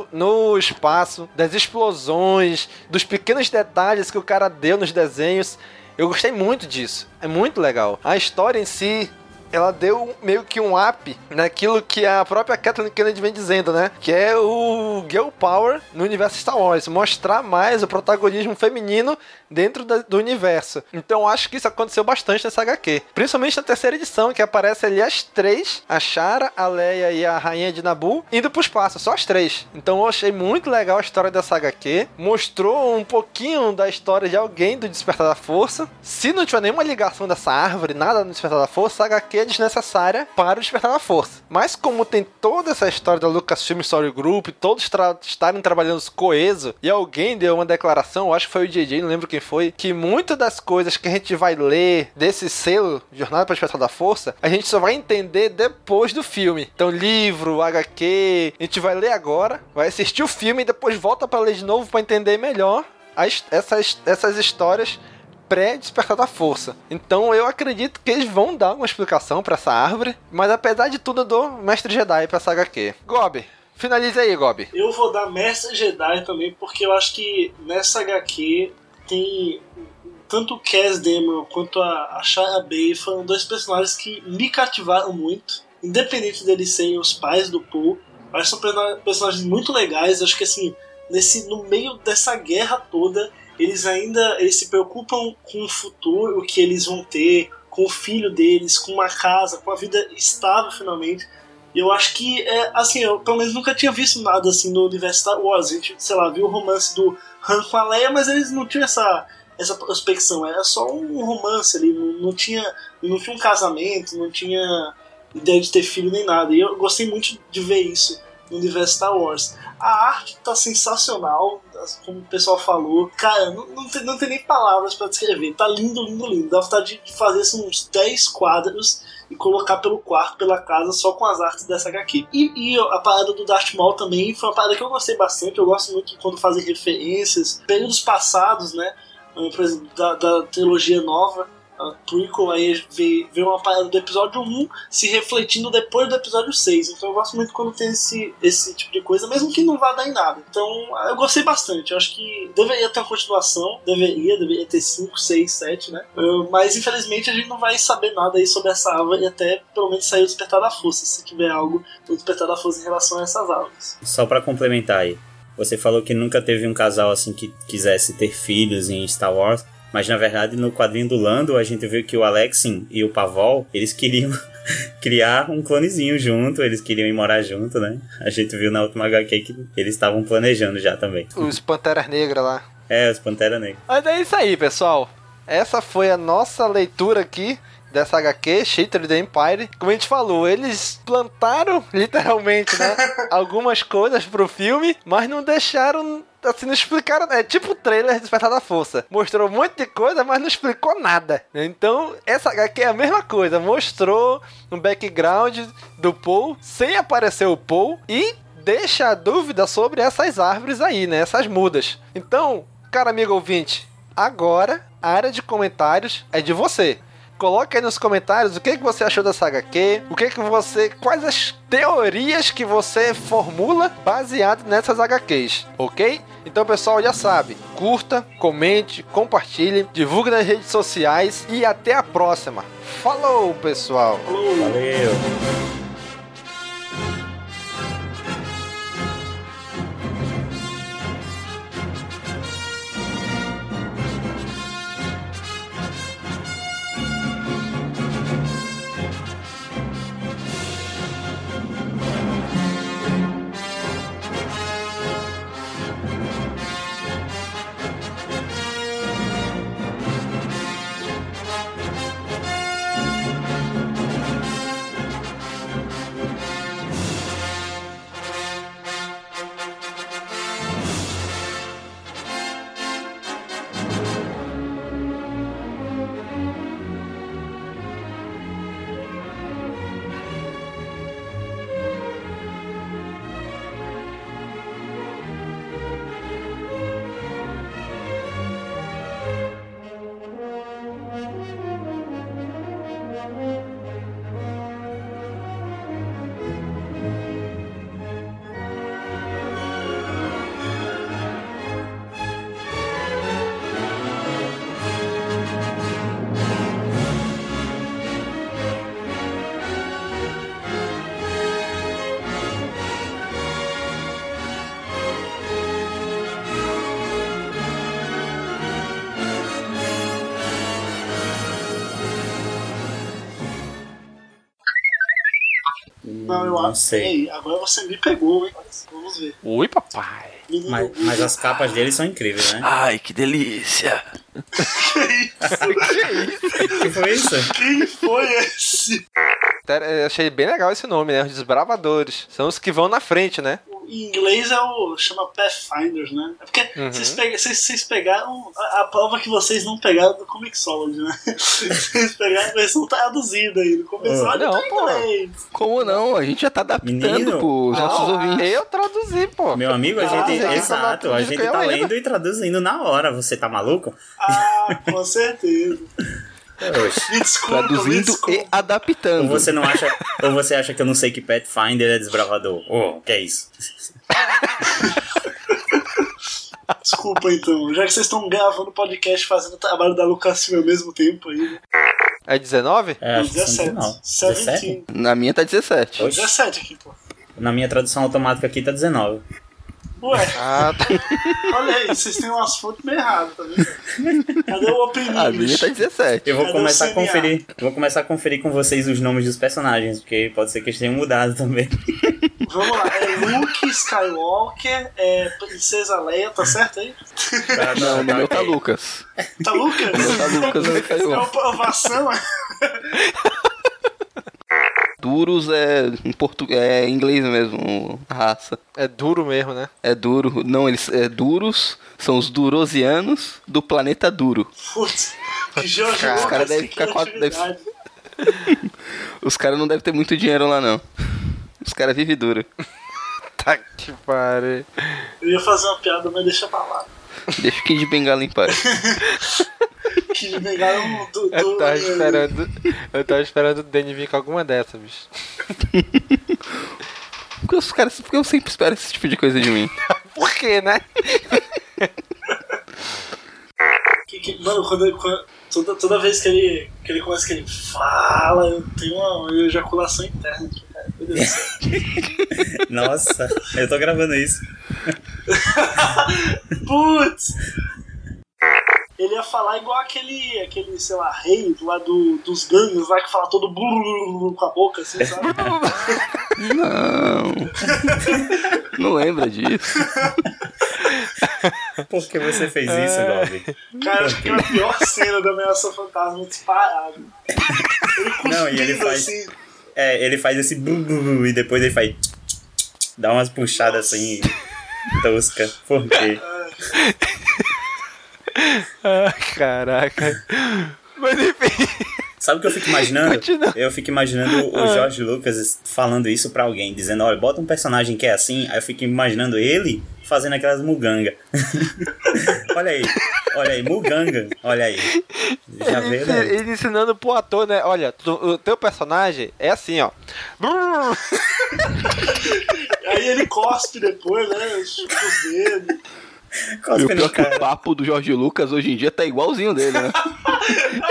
no espaço, das explosões, dos pequenos detalhes que o cara deu nos desenhos. Eu gostei muito disso. É muito legal. A história em si, ela deu meio que um up naquilo que a própria Kathleen Kennedy vem dizendo, né? Que é o Girl Power no universo Star Wars. Mostrar mais o protagonismo feminino dentro do universo. Então acho que isso aconteceu bastante nessa HQ. Principalmente na terceira edição, que aparece ali as três, a Shara, a Leia e a Rainha de Naboo, indo pro espaço, só as três. Então eu achei muito legal a história dessa HQ. Mostrou um pouquinho da história de alguém do Despertar da Força. Se não tiver nenhuma ligação dessa árvore, nada no Despertar da Força, a HQ é desnecessária para o Despertar da Força. Mas como tem toda essa história da Lucasfilm Story Group, todos estarem trabalhando coeso, e alguém deu uma declaração, eu acho que foi o JJ, não lembro quem foi, que muitas das coisas que a gente vai ler desse selo, Jornada para o Despertar da Força, a gente só vai entender depois do filme. Então livro, HQ, a gente vai ler agora, vai assistir o filme e depois volta para ler de novo para entender melhor essas histórias pré-Despertar da Força. Então eu acredito que eles vão dar uma explicação pra essa árvore, mas apesar de tudo eu dou Mestre Jedi pra essa HQ. Gobi, finaliza aí, Gobi. Eu vou dar Mestre Jedi também, porque eu acho que nessa HQ tem tanto o Cass Dameron quanto a Shara Bey foram dois personagens que me cativaram muito, independente deles serem os pais do Paul. Eu acho que são personagens muito legais. Eu acho que assim, no meio dessa guerra toda, eles se preocupam com o futuro, o que eles vão ter, com o filho deles, com uma casa, com a vida estável finalmente. E eu acho que, assim, eu pelo menos nunca tinha visto nada assim no universo Star Wars. A gente, sei lá, viu o romance do Han com a Leia, mas eles não tinham essa prospecção, era só um romance ali, não tinha um casamento, não tinha ideia de ter filho nem nada. E eu gostei muito de ver isso no universo Star Wars. A arte tá sensacional, como o pessoal falou. Cara, não tem nem palavras pra descrever. Tá lindo, lindo, lindo. Dá vontade de fazer assim, uns 10 quadros e colocar pelo quarto, pela casa, só com as artes dessa HQ. E a parada do Darth Maul também foi uma parada que eu gostei bastante. Eu gosto muito quando fazem referências, períodos passados, né? Por exemplo, da trilogia nova, a prequel, aí vê uma parada do episódio 1 se refletindo depois do episódio 6. Então eu gosto muito quando tem esse tipo de coisa, mesmo que não vá dar em nada. Então eu gostei bastante. Eu acho que deveria ter uma continuação, deveria ter 5, 6, 7, né? Mas infelizmente a gente não vai saber nada aí sobre essa árvore até pelo menos sair o Despertar da Força, se tiver algo do Despertar da Força em relação a essas árvores. Só pra complementar aí, você falou que nunca teve um casal assim que quisesse ter filhos em Star Wars, mas na verdade no quadrinho do Lando a gente viu que o Alexin e o Pavol, eles queriam criar um clonezinho junto, eles queriam ir morar junto, né? A gente viu na última HQ que eles estavam planejando já também. Os Panteras Negras lá. Os Pantera Negra. Mas é isso aí, pessoal. Essa foi a nossa leitura aqui dessa HQ, Shattered the Empire. Como a gente falou, eles plantaram, literalmente, né, algumas coisas pro filme, mas não deixaram, assim, não explicaram, é tipo o trailer de Despertar da Força. Mostrou um monte de coisa, mas não explicou nada. Então, essa HQ é a mesma coisa. Mostrou um background do Paul, sem aparecer o Paul, e deixa a dúvida sobre essas árvores aí, né, essas mudas. Então, cara amigo ouvinte, agora a área de comentários é de você. Coloque aí nos comentários o que você achou dessa HQ, quais as teorias que você formula baseado nessas HQs, ok? Então, pessoal, já sabe, curta, comente, compartilhe, divulgue nas redes sociais e até a próxima. Falou, pessoal! Valeu! Não sei. Agora você me pegou, hein? Vamos ver. Ui, papai. Mas as capas deles são incríveis, né? Ai, que delícia. Que foi isso? Quem foi esse? Eu achei bem legal esse nome, né? Os Desbravadores. São os que vão na frente, né? Em inglês chama Pathfinders, né? É porque vocês pegaram a prova que vocês não pegaram do Comixology, né? Vocês pegaram a versão traduzida aí. No Comixology não, pô. Como não? A gente já tá adaptando pros nossos ouvintes. Eu traduzi, pô. Meu amigo, a gente tá lendo e traduzindo na hora. Você tá maluco? Ah, com certeza. Me desculpa, traduzindo e adaptando. Ou você acha que eu não sei que Pathfinder é desbravador? Que é isso? Desculpa então, já que vocês estão gravando podcast fazendo o trabalho da Lucasfilm ao mesmo tempo aí. É 19? É, 17. 17? Na minha tá 17. 17 aqui, pô. Na minha tradução automática aqui tá 19. Ué, olha aí, vocês têm umas fontes meio erradas, tá vendo? Cadê o Open English? A minha tá 17. Eu vou começar a conferir com vocês os nomes dos personagens, porque pode ser que eles tenham mudado também. Vamos lá, é Luke Skywalker, é Princesa Leia, tá certo aí? Não, no meu tá Lucas. Tá Lucas? No meu tá Lucas, no meu tá É uma Lucas. provação. Duros é em inglês mesmo, a raça. É duro mesmo, né? É duro. Não, eles duros são os durosianos do planeta Duro. Putz, que Jorge Os Lucas, caras devem que ficar criatividade. Os caras não devem ter muito dinheiro lá, não. Os caras vivem duro. Tá que pariu. Eu ia fazer uma piada, mas deixa pra lá. Deixa o Kid de Bengala em paz. Que pegaram do. Eu tava esperando o Danny vir com alguma dessas, bicho. Porque eu sempre espero esse tipo de coisa de mim. Por quê, né? Mano, toda vez que ele começa, que ele fala, eu tenho uma ejaculação interna aqui, cara. Meu Deus do céu. Nossa, eu tô gravando isso. Putz! Ele ia falar igual aquele, sei lá, rei lá dos gangues lá que fala todo com a boca, assim, sabe? Não lembra disso. Por que você fez isso, Gobi? Cara, acho que é a pior cena da Ameaça Fantasma disparado. Não, e ele faz. Assim. Ele faz esse e depois ele faz. Dá umas puxadas assim. Tosca. Por quê? Ah, caraca. Mas enfim. Sabe o que eu fico imaginando? Continua. Eu fico imaginando o George Lucas falando isso pra alguém, dizendo, olha, bota um personagem que é assim, aí eu fico imaginando ele fazendo aquelas muganga. Olha aí, muganga, olha aí. Já veio, né? Ele ensinando pro ator, né? Olha, o teu personagem é assim, ó. Aí ele cospe depois, né? Chupa os dedos. E o pior que o papo do George Lucas hoje em dia tá igualzinho dele, né?